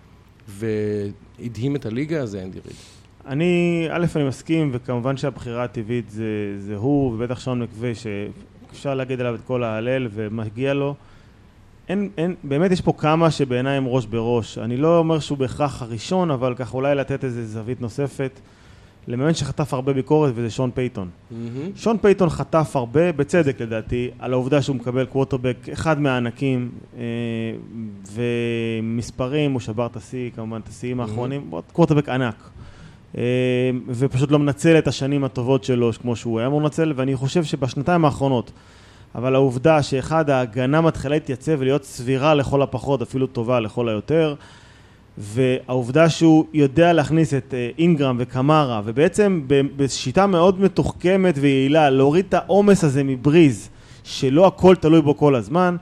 והדהים את הליגה, זה אנדי ריד. אני, א', אני מסכים, וכמובן שהבחירה הטבעית זה, זה הוא, ובטח שון מקווי, שאפשר להגיד עליו את כל ההלל ומגיע לו. אין, אין, באמת יש פה כמה שבעיניי הם ראש בראש. אני לא אומר שהוא בהכרח הראשון, אבל כך אולי לתת איזו זווית נוספת. למאמן שחטף הרבה ביקורת, וזה שון פייטון. Mm-hmm. שון פייטון חטף הרבה, בצדק לדעתי, על העובדה שהוא מקבל קווטרבק, אחד מהענקים, אה, ומספרים, הוא שבר את השיא, כמובן את השיאים mm-hmm. האחרונים, קווטרבק ענק. ופשוט לא מנצל את השנים הטובות שלו כמו שהוא היה מנצל, ואני חושב שבשנתיים האחרונות, אבל העובדה שאחד ההגנה מתחילה להתייצב ולהיות סבירה לכל הפחות, אפילו טובה לכל היותר, והעובדה שהוא יודע להכניס את אינגרם וקמרה, ובעצם בשיטה מאוד מתוחכמת ויעילה, להוריד את העומס הזה מבריז, שלא הכל תלוי בו כל הזמן,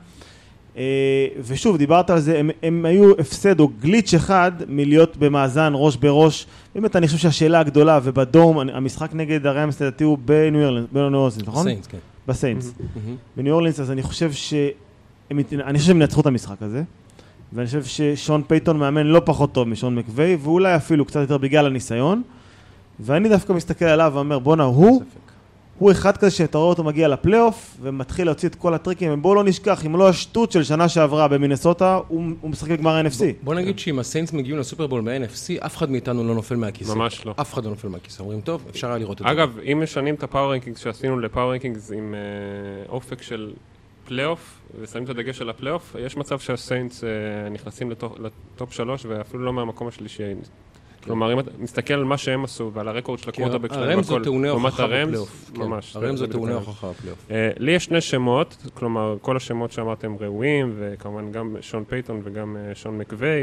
ושוב, דיברת על זה, הם, הם היו הפסד או גליץ' אחד מלהיות במאזן ראש בראש. באמת, אני חושב שהשאלה הגדולה, ובדום, המשחק נגד הרמס לדעתי הוא בניו אורלינס, בניו אורלינס, נכון? בסיינס, כן. בסיינס. בניו אורלינס, אז אני חושב שהם, אני חושב שהם נצחו את המשחק הזה, ואני חושב ששון פייטון מאמן לא פחות טוב משון מקווי, ואולי אפילו קצת יותר בגלל הניסיון, ואני דווקא מסתכל עליו ואומר, בונה, הוא... הוא אחד כזה שאתה רואה אותו מגיע לפלייאוף ומתחיל להוציא את כל הטריקים, ובואו לא נשכח, אם לא השטות של שנה שעברה במינסוטה, הוא, הוא משחק בגמר ה-אן אף סי. בוא, בוא נגיד שאם הסיינטס מגיעים לסופרבול מה-אן אף סי, אף אחד מאיתנו לא נופל מהכיסא. ממש לא. אף אחד לא נופל מהכיסא. אומרים, טוב, אפשר היה לראות את זה. אגב, אם משנים את הפאור רנקינגס שעשינו לפאור רנקינגס עם uh, אופק של פלייאוף, ושמים את הדגש של הפלייאוף, יש מצב שהסיינטס uh, נכנסים לטופ, לטופ שלוש, ואפילו לא מהמקום השלישי. כלומר, אם אתה מסתכל על מה שהם עשו ועל הרקורד של הקווטרבק שלהם, הרמז זו טעוני הוכחה בפלייאוף. ממש. הרמז זו טעוני הוכחה בפלייאוף. לי יש שני שמות, כלומר, כל השמות שאמרתם ראויים, וכמובן גם שון פייטון וגם שון מקווי,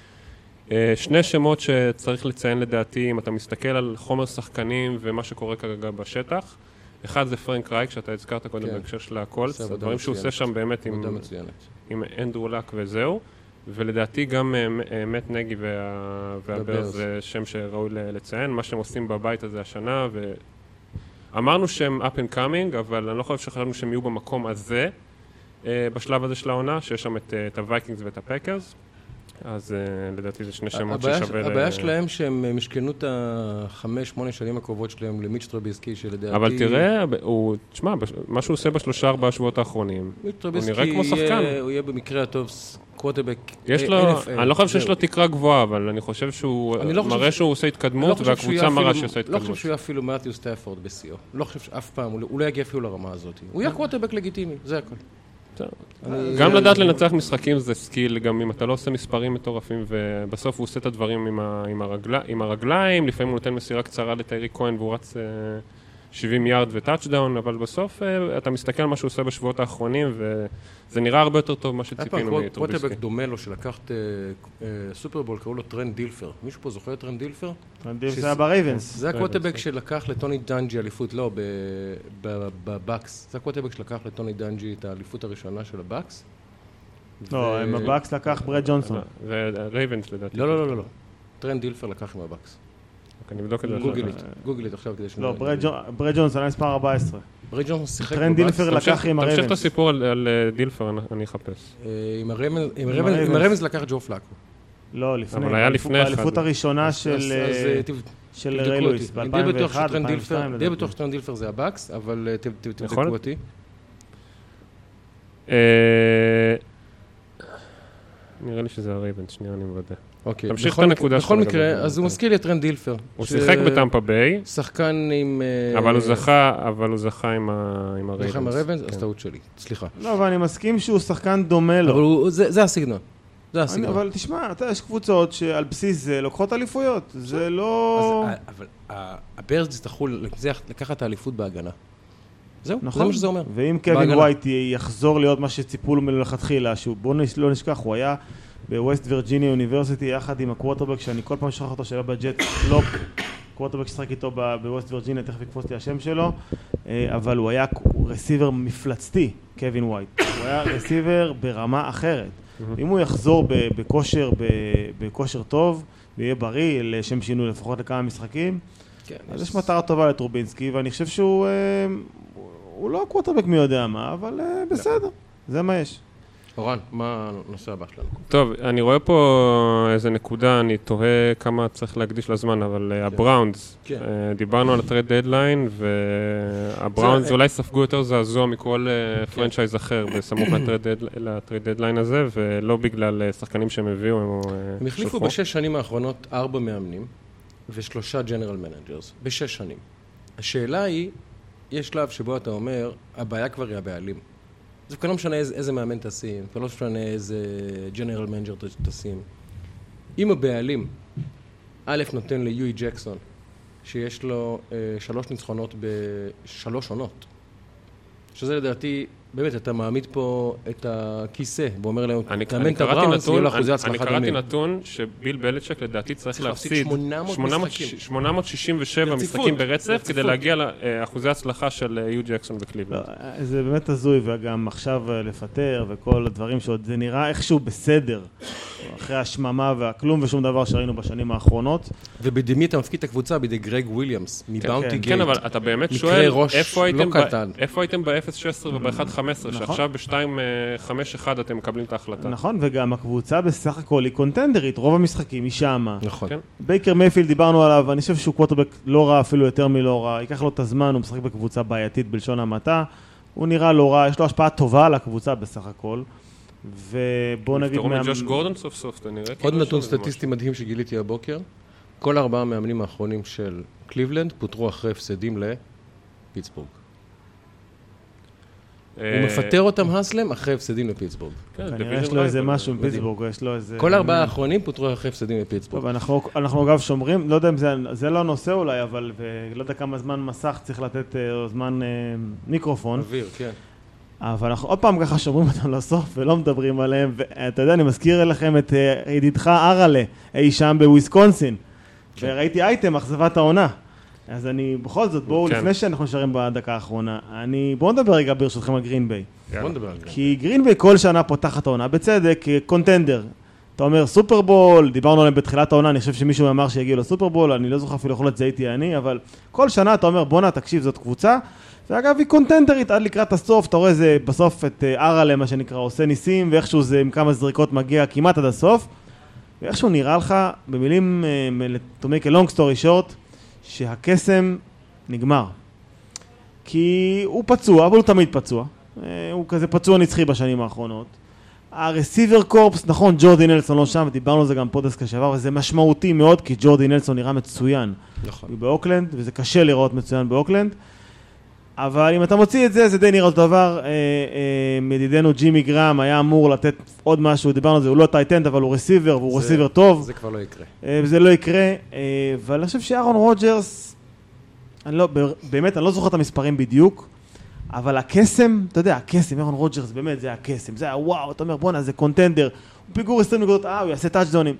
ושני שמות שצריך לציין לדעתי, אם אתה מסתכל על חומר שחקנים ומה שקורה כרגע בשטח, אחד זה פרנק רייק, שאתה הזכרת קודם בהקשר של הקולץ, הדברים שהוא עושה שם באמת עם אנדרו לק וזהו. ולדעתי גם מת נגי והברז זה שם שראוי לציין, מה שהם עושים בבית הזה השנה, ואמרנו שהם up and coming, אבל אני לא חושב שחשבנו שהם יהיו במקום הזה, בשלב הזה של העונה, שיש שם את הווייקינגס ואת הפקרס, אז לדעתי זה שני שמות ששווה... הבעיה שלהם שהם משכנו את החמש, שמונה שנים הקרובות שלהם למיץ' טרביסקי, שלדעתי... אבל תראה, הוא, תשמע, מה שהוא עושה בשלושה ארבעה שבועות האחרונים, הוא נראה כמו שחקן. הוא יהיה במקרה הטוב קווטרבק... יש לו, אני לא חושב שיש לו תקרה גבוהה, אבל אני חושב שהוא מראה שהוא עושה התקדמות, והקבוצה מראה שהוא עושה התקדמות. לא חושב שהוא יהיה אפילו מתיו סטאפורד בסיוע. לא חושב שאף פעם, הוא לא יגיע אפילו לרמה הזאת. הוא יהיה קווטרבק לגיטימי, זה הכל. גם לדעת לנצח משחקים זה סקיל, גם אם אתה לא עושה מספרים מטורפים, ובסוף הוא עושה את הדברים עם הרגליים, לפעמים הוא נותן מסירה קצרה לטיירי כהן, והוא רץ שבעים יארד וטאצ'דאון, אבל בסוף אתה מסתכל על מה שהוא עושה בשבועות האחרונים, וזה נראה הרבה יותר טוב ממה שציפינו מטרוביסקי. קווטרבק דומה לו שלקחת סופרבול, קראו לו טרנד דילפר. מישהו פה זוכר טרנד דילפר? טרנד דילפר זה היה ברייבנס. זה הקווטרבק שלקח לטוני דנג'י אליפות, לא, בבקס. זה הקווטרבק שלקח לטוני דנג'י את האליפות הראשונה של הבקס. לא, עם הבקס לקח ברד ג'ונסון. זה רייבנס לדעתי. לא, לא, לא, לא. טרנד דילפר לקח עם הבקס. אני אבדוק את זה. גוגלית, גוגלית עכשיו כדי שנראה. לא, ברד ג'ונסון היה מספר ארבע עשרה. ברד ג'ונסון שיחק טרנד דילפר לקח עם הרייבנס. תמשיך את הסיפור על דילפר, אני אחפש. עם הרייבנס לקח ג'ו פלאקו. לא, לפני. אבל היה לפני אחד. האליפות הראשונה של ריי לואיס, ב-אלפיים ואחת, אלפיים ושתיים. די בטוח שטרנד דילפר זה הבקס, אבל תבדקו אותי. נראה לי שזה הרייבנס, שנייה אני מוודא. אוקיי. תמשיך את הנקודה בכל מקרה, אז הוא מזכיר לי את טרנד דילפר. הוא שיחק בטמפה ביי. שחקן עם... אבל הוא זכה, אבל הוא זכה עם הרייבנס. זכה עם הרייבנס, אז טעות שלי. סליחה. לא, אבל אני מסכים שהוא שחקן דומה לו. אבל זה הסגנון. זה הסגנון. אבל תשמע, יש קבוצות שעל בסיס זה לוקחות אליפויות. זה לא... אבל הברז יצטרכו לקחת האליפות בהגנה. זהו, נכון. זה מה שזה אומר. ואם קווין ווייט יחזור להיות מה שציפו לו מלכתחילה, שהוא בוא לא נשכח, הוא היה בווסט וירג'יניה אוניברסיטי יחד עם הקווטרבק, שאני כל פעם שכח אותו שהיה בג'ט קלופ, קווטרבק ששחק איתו בווסט וירג'יניה, תכף יקפוץ לי השם שלו, אבל הוא היה רסיבר מפלצתי, קווין ווייט. הוא היה רסיבר ברמה אחרת. אם הוא יחזור בכושר, בכושר טוב, ויהיה בריא, לשם שינוי לפחות לכמה משחקים, אז יש מטרה טובה לטרובינסקי, ואני חושב שהוא הוא לא קווטרבק מי יודע מה, אבל בסדר, זה מה יש. אורן, מה הנושא הבא שלנו? טוב, אני רואה פה איזה נקודה, אני תוהה כמה צריך להקדיש לזמן, אבל הבראונס, דיברנו על הטרייד דדליין, והבראונס אולי ספגו יותר זעזוע מכל פרנצ'ייז אחר בסמוך לטרייד דדליין הזה, ולא בגלל שחקנים שהם הביאו. הם החליפו בשש שנים האחרונות ארבע מאמנים, ושלושה ג'נרל מנג'רס, בשש שנים. השאלה היא, יש שלב שבו אתה אומר, הבעיה כבר היא הבעלים. זה כבר לא משנה איזה, איזה מאמן תשים, כבר לא משנה איזה ג'נרל מנג'ר תשים. אם הבעלים, א' נותן ליואי ג'קסון, שיש לו אה, שלוש ניצחונות בשלוש עונות, שזה לדעתי, באמת, אתה מעמיד פה את הכיסא, ואומר להם, תאמן את הבראונס, יהיו לאחוזי הצלחה דומים. אני קראתי נתון שביל בלצ'ק לדעתי צריך להפסיד שמונה מאות שישים ושבע משחקים ברצף, כדי להגיע לאחוזי הצלחה של יו ג'קסון בקליבלנד. זה באמת הזוי, וגם עכשיו לפטר וכל הדברים שעוד זה נראה איכשהו בסדר, אחרי השממה והכלום ושום דבר שראינו בשנים האחרונות. ובדמי אתה מפקיד את הקבוצה בידי גרג וויליאמס, מבאונטי גייט. כן, אבל אתה באמת שואל, איפה הייתם ב-אפס שש עשרה וב-אחת חמש עשרה, שעכשיו ב-שתיים חמש אחת אתם מקבלים את ההחלטה. נכון, וגם הקבוצה בסך הכל היא קונטנדרית, רוב המשחקים היא שמה. נכון. בייקר מייפילד דיברנו עליו, אני חושב שהוא קווטרבק לא רע, אפילו יותר מלא רע, ייקח לו את הזמן, הוא משחק בקבוצה בעייתית בלשון המעטה, הוא נראה לא רע, יש לו השפעה טובה על הקבוצה בסך הכל, ובוא נגיד... נפטרו מג'וש גורדון סוף סוף, אתה נראה. עוד נתון סטטיסטי מדהים שגיליתי הבוקר, כל ארבעה המאמנים האחרונים של קליבלנד פוטרו אחרי הפסדים לפיטסבורג. הוא מפטר אותם הסלם אחרי הפסדים לפיטסבורג. כנראה יש לו איזה משהו מפיטסבורג, יש לו איזה... כל ארבעה האחרונים פוטרו אחרי הפסדים לפיטסבורג. אנחנו אגב שומרים, לא יודע אם זה לא נושא אולי, אבל לא יודע כמה זמן מסך צריך לתת זמן מיקרופון. אוויר, כן. אבל אנחנו עוד פעם ככה שומרים אותם לסוף ולא מדברים עליהם, ואתה יודע, אני מזכיר לכם את ידידך ארלה, אי שם בוויסקונסין, וראיתי אייטם, אכזבת העונה. אז אני, בכל זאת, בואו, לפני שאנחנו נשארים בדקה האחרונה, אני, בואו נדבר רגע ברשותכם על גרין ביי. בואו נדבר על גרין ביי. כי גרין ביי כל שנה פותחת העונה, בצדק, קונטנדר. אתה אומר סופרבול, דיברנו עליהם בתחילת העונה, אני חושב שמישהו אמר שיגיעו לסופרבול, אני לא זוכר אפילו יכול להיות זה הייתי אני, אבל כל שנה אתה אומר, בואנה, תקשיב, זאת קבוצה, ואגב, היא קונטנדרית עד לקראת הסוף, אתה רואה זה בסוף את ארלה, מה שנקרא, עושה ניסים, ואיכשהו זה עם כמה זריקות מגיע כמעט עד הסוף, ואיכשהו נראה לך, במילים, to make a long story short, שהקסם נגמר. כי הוא פצוע, אבל הוא תמיד פצוע. הוא כזה פצוע נצחי בשנים האחרונות. הרסיבר קורפס, נכון, ג'ורדי נלסון לא שם, דיברנו על זה גם פודקאסט כשעבר, וזה משמעותי מאוד, כי ג'ורדי נלסון נראה מצוין. נכון. הוא באוקלנד, וזה קשה לראות מצוין באוקלנד. אבל אם אתה מוציא את זה, זה די נראה אותו דבר. אה, אה, ידידנו ג'ימי גרם היה אמור לתת עוד משהו, דיברנו על זה, הוא לא טייטנד, אבל הוא רסיבר, והוא זה, רסיבר טוב. זה כבר לא יקרה. אה, זה לא יקרה, אה, אבל אני חושב שארון רוג'רס, אני לא, באמת, אני לא זוכר את המספרים בדיוק, אבל הקסם, אתה יודע, הקסם, ארון רוג'רס, באמת, זה הקסם, זה היה וואו, אתה אומר, בוא'נה, זה קונטנדר, הוא פיגור עשרים נקודות, אה, הוא יעשה טאצ'דאונים.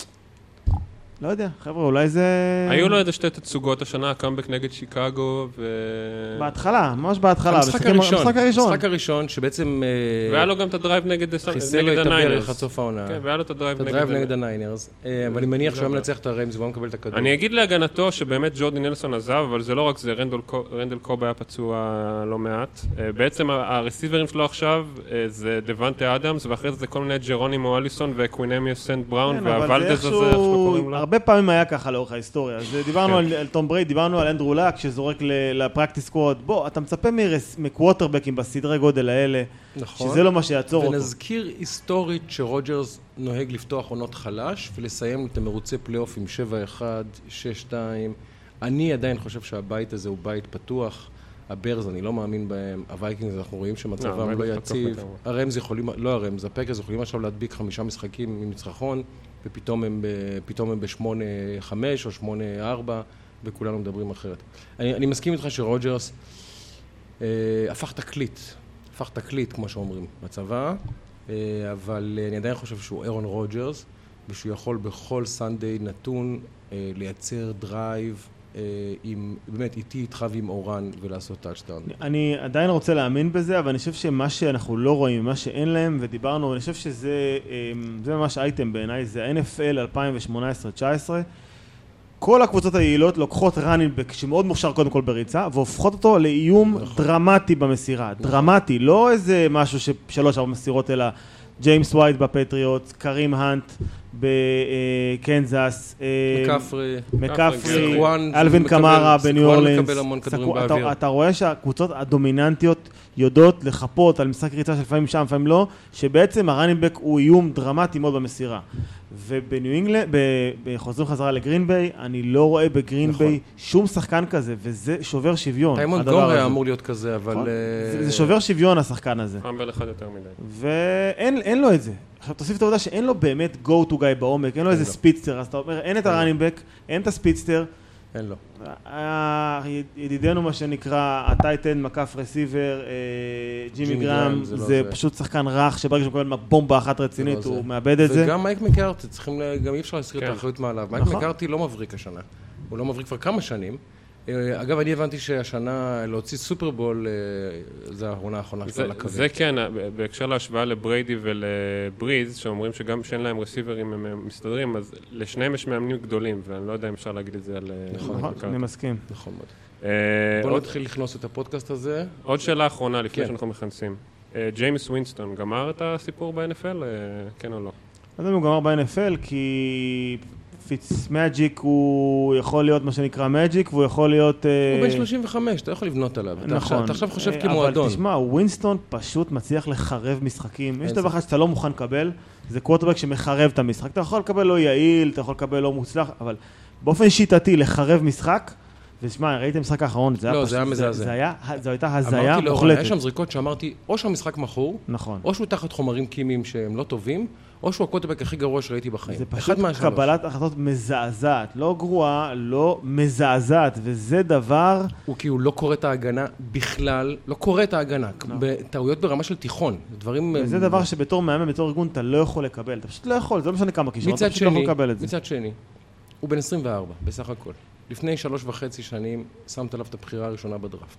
לא יודע, חבר'ה, אולי זה... היו לו איזה שתי תצוגות השנה, קאמבק נגד שיקגו ו... בהתחלה, ממש בהתחלה. המשחק הראשון. המשחק הראשון, שבעצם... והיה לו גם את הדרייב נגד חיסל לו את הברך עד סוף העונה. כן, והיה לו את הדרייב נגד הניינרס. אבל אני מניח שהוא מנצח את הריימס והוא מקבל את הכדור. אני אגיד להגנתו שבאמת ג'ורדי נלסון עזב, אבל זה לא רק זה, רנדל קוב היה פצוע לא מעט. בעצם הרסיברים שלו עכשיו זה דוונטה אדמס, ואחרי זה זה כל מיני ג'רוני מואליסון וקווינמיוס סנט בראון, והוולדז הזה, איך שלא קוראים לה. הרבה פעמים היה ככה לאורך ההיסטוריה. אז דיברנו על, על תום בריידי, דיברנו על אנדרו לק שזורק לפרקטיס קווד. בוא, אתה מצפה מקווטרבקים בסדרי גודל האלה, נכון. שזה לא מה שיעצור אותו. ונזכיר היסטורית שרוג'רס נוהג לפתוח עונות חלש ולסיים את המרוצי פלייאוף עם שבע אחת, שש שתיים. אני עדיין חושב שהבית הזה הוא בית פתוח. הברז, אני לא מאמין בהם. הווייקינגס, אנחנו רואים שמצבם לא יציב. הרמז יכולים, לא הרמז, הפקרס יכולים עכשיו להדביק חמישה משחקים עם ניצחון. ופתאום הם, פתאום הם בשמונה חמש או שמונה ארבע, וכולנו מדברים אחרת. אני, אני מסכים איתך שרוג'רס אה, הפך תקליט, הפך תקליט, כמו שאומרים, בצבא, אה, אבל אני עדיין חושב שהוא אירון רוג'רס, ושהוא יכול בכל סנדיי נתון אה, לייצר דרייב, אה, עם, באמת איתי, איתך ועם אורן, ולעשות טאצ'דאון. אני עדיין רוצה להאמין בזה, אבל אני חושב שמה שאנחנו לא רואים, מה שאין להם, ודיברנו, אני חושב שזה זה ממש אייטם בעיניי, זה ה-אן אף אל אלפיים שמונה עשרה תשע עשרה, כל הקבוצות היעילות לוקחות ראנינג שמאוד מוכשר קודם כל בריצה, והופכות אותו לאיום דרמטי במסירה, דרמטי, לא איזה משהו ששלוש ארבע מסירות, אלא ג'יימס ווייט בפטריוטס, קרים האנט בקנזס, מקפרי, מקפרי, אלווין קמרה בניו אורלינס. אתה רואה שהקבוצות הדומיננטיות יודעות לחפות על משחק ריצה שלפעמים שם, לפעמים לא, שבעצם הראנינג הוא איום דרמטי מאוד במסירה. ובניו אינגלנד, בחוזרים חזרה לגרין ביי, אני לא רואה בגרין ביי שום שחקן כזה, וזה שובר שוויון. טיימון גוריה אמור להיות כזה, אבל... זה שובר שוויון השחקן הזה. פמבל אחד יותר מדי. ואין לו את זה. עכשיו תוסיף את העובדה שאין לו באמת go to guy בעומק, אין לו איזה ספיצטר, אז אתה אומר, אין את הראנינג בק, אין את הספיצטר. אין לו. ידידנו מה שנקרא, הטייטן, מקף רסיבר, ג'ימי גרם, זה פשוט שחקן רך, שברגע שמקבל בומבה אחת רצינית, הוא מאבד את זה. וגם מייק מקארתי, צריכים, גם אי אפשר להזכיר את האחריות מעליו. מייק מקארתי לא מבריק השנה. הוא לא מבריק כבר כמה שנים. אגב, אני הבנתי שהשנה להוציא סופרבול, זה העונה האחרונה של הכבד. זה כן, בהקשר להשוואה לבריידי ולבריז, שאומרים שגם שאין להם רסיברים הם מסתדרים, אז לשניהם יש מאמנים גדולים, ואני לא יודע אם אפשר להגיד את זה על... נכון, אני מסכים. נכון מאוד. בואו נתחיל לכנוס את הפודקאסט הזה. עוד שאלה אחרונה לפני שאנחנו מכנסים. ג'יימס ווינסטון, גמר את הסיפור ב-אן אף אל, כן או לא? לא יודע אם הוא גמר ב-אן אף אל, כי... פיץ מג'יק הוא יכול להיות מה שנקרא מג'יק, והוא יכול להיות... הוא בן שלושים וחמש, אתה יכול לבנות עליו. נכון. אתה עכשיו חושב כמועדון. אבל תשמע, ווינסטון פשוט מצליח לחרב משחקים. יש דבר אחד שאתה לא מוכן לקבל, זה קווטרבק שמחרב את המשחק. אתה יכול לקבל לא יעיל, אתה יכול לקבל לא מוצלח, אבל באופן שיטתי לחרב משחק, ותשמע, ראיתי המשחק האחרון, זה היה פשוט... לא, זה היה מזעזע. זו הייתה הזיה מוחלטת. היה שם זריקות שאמרתי, או שהמשחק מכור, או שהוא תחת חומרים קימיים שהם לא טובים, או שהוא הקווטרבק הכי גרוע שראיתי בחיים. זה פשוט קבלת החלטות מזעזעת, לא גרועה, לא מזעזעת, וזה דבר... הוא כי הוא לא קורא את ההגנה בכלל, לא קורא את ההגנה, בטעויות ברמה של תיכון, דברים... וזה דבר שבתור מאמן, בתור ארגון, אתה לא יכול לקבל, אתה פשוט לא יכול, זה לא משנה כמה כישרונות, אתה פשוט לא יכול לקבל את זה. מצד שני, הוא בן עשרים וארבע, בסך הכל. לפני שלוש וחצי שנים, שמת עליו את הבחירה הראשונה בדראפט.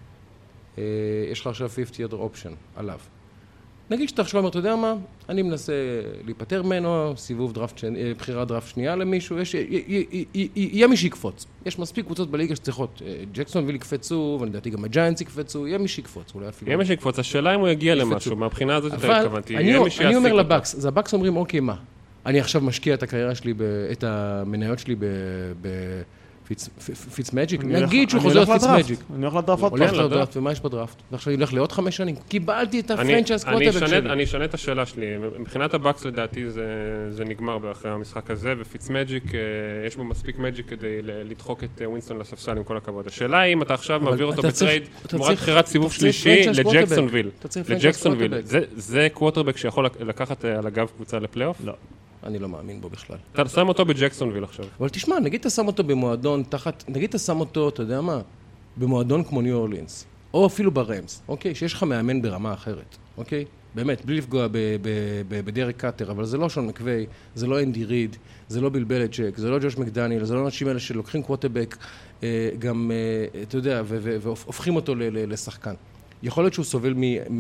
יש לך עכשיו חמישים other option עליו. נגיד שאתה עכשיו אומר, אתה יודע מה? אני מנסה להיפטר ממנו, סיבוב דראפט, בחירה דראפט שנייה למישהו, יש, יהיה מי שיקפוץ. יש מספיק קבוצות בליגה שצריכות, ג'קסונוויל יקפצו, ואני דעתי גם הג'יינטס יקפצו, יהיה מי שיקפוץ. יהיה מי שיקפוץ, השאלה אם הוא יגיע למשהו, מהבחינה הזאת יותר התכוונתי. אני אומר לבקס, זה הבקס אומרים, אוקיי, מה? אני עכשיו משקיע את הקריירה שלי, את המניות שלי פיץ מג'יק, נגיד שהוא חוזר פיץ מג'יק. אני הולך לדראפט. הולך לדראפט, ומה יש בדראפט? ועכשיו אני הולך לעוד חמש שנים. קיבלתי את הפרנצ'ייז קווטרבק שלי. אני אשנה את השאלה שלי. מבחינת הבאקס לדעתי זה נגמר אחרי המשחק הזה, ופיץ מג'יק, יש בו מספיק מג'יק כדי לדחוק את ווינסטון לספסל עם כל הכבוד. השאלה היא אם אתה עכשיו מעביר אותו בטרייד, תמורת בחירת סיבוב שלישי לג'קסונוויל. לג'קסונוויל. זה קווטרבק שיכול לקחת על הגב קבוצה לפלייאוף? לא. אני לא מאמין בו בכלל. אתה שם אותו בג'קסונוויל עכשיו. אבל תשמע, נגיד אתה שם אותו במועדון תחת, נגיד אתה שם אותו, אתה יודע מה? במועדון כמו ניו אורלינס, או אפילו ברמס, אוקיי? שיש לך מאמן ברמה אחרת, אוקיי? באמת, בלי לפגוע בדרק קאטר, אבל זה לא שון מקווי, זה לא אנדי ריד, זה לא ביל בלצ'ק, זה לא ג'וש מקדניאל, זה לא אנשים האלה שלוקחים קווטרבק, גם, אתה יודע, והופכים אותו לשחקן. יכול להיות שהוא סובל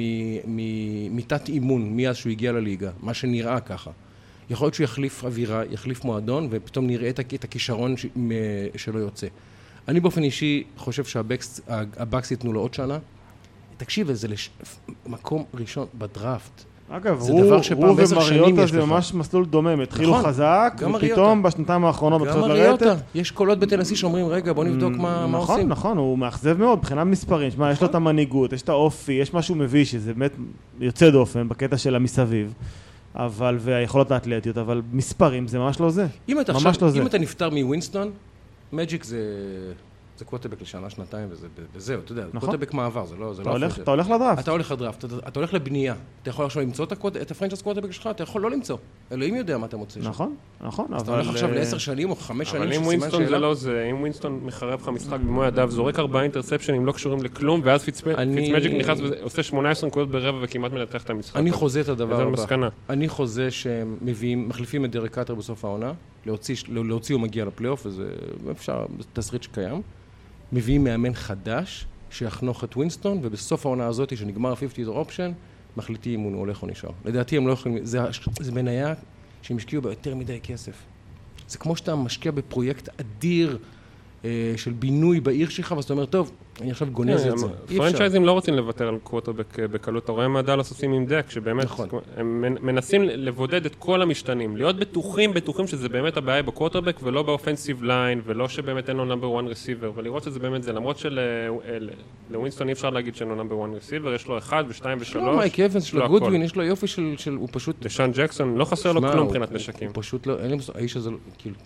מתת אימון מאז שהוא הגיע לליגה, מה שנראה ככה. יכול להיות שהוא יחליף אווירה, יחליף מועדון, ופתאום נראה את הכישרון שלו יוצא. אני באופן אישי חושב שהבקס ייתנו לו עוד שנה. תקשיב, זה מקום ראשון בדראפט. אגב, הוא ומריוטה זה ממש מסלול דומם. התחילו חזק, ופתאום בשנתיים האחרונות בתחילת לרדת. יש קולות בטנסי שאומרים, רגע, בוא נבדוק מה עושים. נכון, נכון, הוא מאכזב מאוד, מבחינה מספרים. יש לו את המנהיגות, יש את האופי, יש משהו מביא שזה באמת יוצא דופן בקטע של המסביב. אבל, והיכולות האתלטיות, אבל מספרים זה ממש לא זה. אם אתה עכשיו, אם אתה נפטר מווינסטון, מג'יק זה, זה קווטרבק לשנה, שנתיים, וזה, וזהו, אתה יודע, קווטרבק מעבר, זה לא, זה לא... אתה הולך לדראפט. אתה הולך לדראפט, אתה הולך לבנייה. אתה יכול עכשיו למצוא את הפרנצ'ייז קווטרבק שלך, אתה יכול לא למצוא. אלוהים יודע מה אתה מוצא שם. נכון, נכון, אבל... אתה הולך עכשיו לעשר שנים או חמש שנים, אבל אם ווינסטון זה לא זה, אם ווינסטון מחרב לך משחק במו ידיו, זורק ארבעה אינטרספשנים, לא קשורים לכלום, ואז פיצמג'יק נכנס ועושה שמונה עשרה נקודות ברבע וכמעט מנתח את המשחק. אני חוזה את הדבר הבא. אני חוזה שהם מביאים, מחליפים את דרק קאטר בסוף העונה, להוציא הוא מגיע לפלייאוף, וזה אפשר, תסריט שקיים. מביאים מאמן חדש שיחנוך את ווינסטון, ובסוף העונה הזאת, שנגמר ה-חמישים אופשן, מחליטים אם הוא הולך או נשאר. לדעתי הם לא יכולים, זה, זה מניה שהם השקיעו בה יותר מדי כסף. זה כמו שאתה משקיע בפרויקט אדיר אה, של בינוי בעיר שלך, ואז אתה אומר, טוב, אני עכשיו גונז את זה. פרנצ'ייזים לא רוצים לוותר על קווטרבק בקלות, אתה רואה מה דאלאס עושים עם דק, שבאמת הם מנסים לבודד את כל המשתנים, להיות בטוחים, בטוחים שזה באמת הבעיה בקווטרבק, ולא באופנסיב ליין, ולא שבאמת אין לו נאמבר אחת רסיבר, ולראות שזה באמת זה, למרות שלווינסטון אי אפשר להגיד שאין לו נאמבר אחת רסיבר, יש לו אחד ושתיים ושלוש. לא, מייק אבנס, יש לו גודווין, יש לו יופי של, הוא פשוט... דשאן ג'קסון, לא חסר לו כלום מבחינת נשקים. הוא פשוט לא, האיש הזה, כאילו,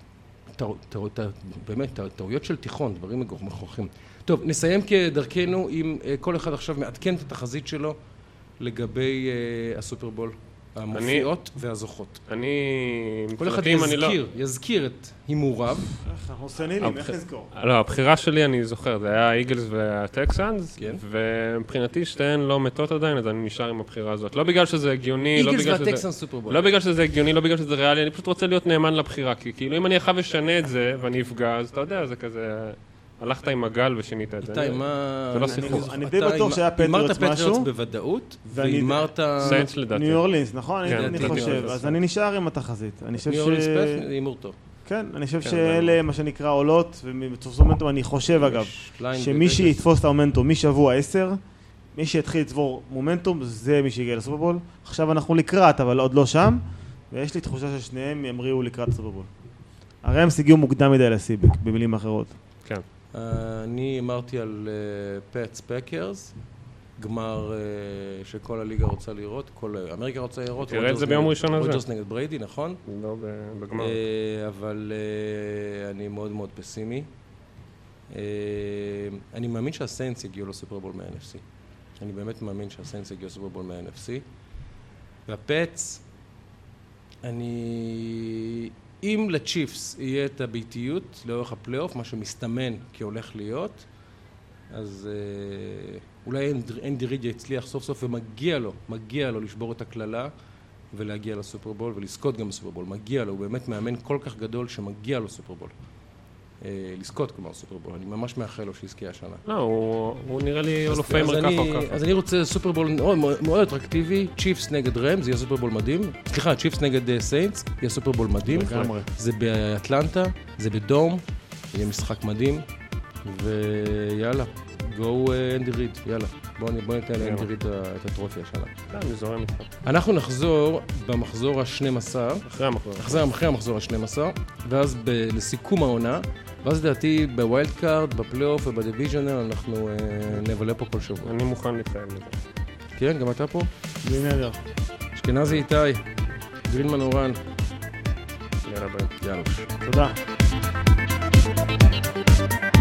באמת, טעויות של תיכון, דברים מכוחים. טוב, נסיים כדרכנו עם כל אחד עכשיו מעדכן את התחזית שלו לגבי הסופרבול, המופיעות והזוכות. אני... כל אחד יזכיר, יזכיר את הימוריו. אנחנו סנילים, איך נזכור? לא, הבחירה שלי אני זוכר, זה היה איגלס והטקסאנס, ומבחינתי שתיהן לא מתות עדיין, אז אני נשאר עם הבחירה הזאת. לא בגלל שזה הגיוני, לא בגלל שזה... לא בגלל שזה הגיוני, לא בגלל שזה ריאלי, אני פשוט רוצה להיות נאמן לבחירה, כי כאילו אם אני אחר ושנה את זה, ואני אפגע, אז אתה יודע, זה כזה... הלכת עם הגל ושינית את זה. איתי, מה... זה לא שיחוק. אני די בטוח שהיה פטריוטס משהו. אמרת פטריוטס בוודאות, ואמרת... סיינס לדעתי. ניו אורלינס, נכון? אני חושב. אז אני נשאר עם התחזית. ניו אורלינס פט, הימור טוב. כן, אני חושב שאלה מה שנקרא עולות, ובתופס מומנטום אני חושב אגב, שמי שיתפוס את המומנטום משבוע עשר, מי שיתחיל לצבור מומנטום, זה מי שיגיע לסופרבול. עכשיו אנחנו לקראת, אבל עוד לא שם, ויש לי תחושה ששניהם ימריאו לקראת הסופרבול. הרי הם הגיעו מוקדם מדי לסיבק, במילים אחרות. כן. אני אמרתי על פטס פקרס, גמר שכל הליגה רוצה לראות, כל אמריקה רוצה לראות. תראה את זה ביום ראשון הזה. רוג'רס נגד בריידי, נכון? לא בגמר. אבל אני מאוד מאוד פסימי. אני מאמין שהסיינטס יגיעו לסופרבול מה-אן אף סי. אני באמת מאמין שהסיינטס יגיעו לסופרבול מה-אן אף סי. והפטס, אני... אם לצ'יפס יהיה את הביתיות לאורך הפלייאוף, מה שמסתמן כי הולך להיות, אז אה, אולי אנדי ריד יצליח סוף סוף ומגיע לו, מגיע לו לשבור את הכללה ולהגיע לסופרבול ולזכות גם בסופרבול. מגיע לו, הוא באמת מאמן כל כך גדול שמגיע לו סופרבול. אה, לזכות כלומר סופרבול, אני ממש מאחל לו שיזכה השנה. לא, הוא, הוא נראה לי הולופיימר ככה או ככה. אז אני רוצה סופרבול מאוד, מאוד אטרקטיבי, צ'יפס נגד רם, זה יהיה סופרבול מדהים. סליחה, צ'יפס נגד סיינטס, יהיה סופרבול מדהים. זה באטלנטה, זה בדום, יהיה משחק מדהים, ויאללה, גו אנדי ריד, יאללה. בואו ניתן לאנדי ריד את הטרופי השנה. אני זורם איתך. אנחנו נחזור במחזור ה-שנים עשר. אחרי המחזור. אחרי המחזור ה-שנים עשר, ואז לסיכום העונה, ואז דעתי בווילד קארד, בפלייאוף ובדיוויז'נל, אנחנו נבלה פה כל שבוע. אני מוכן להתקיים לזה. כן, גם אתה פה? בלי נדר. אשכנזי איתי, גרינמן אורן. יאללה ביי. יאללה. תודה.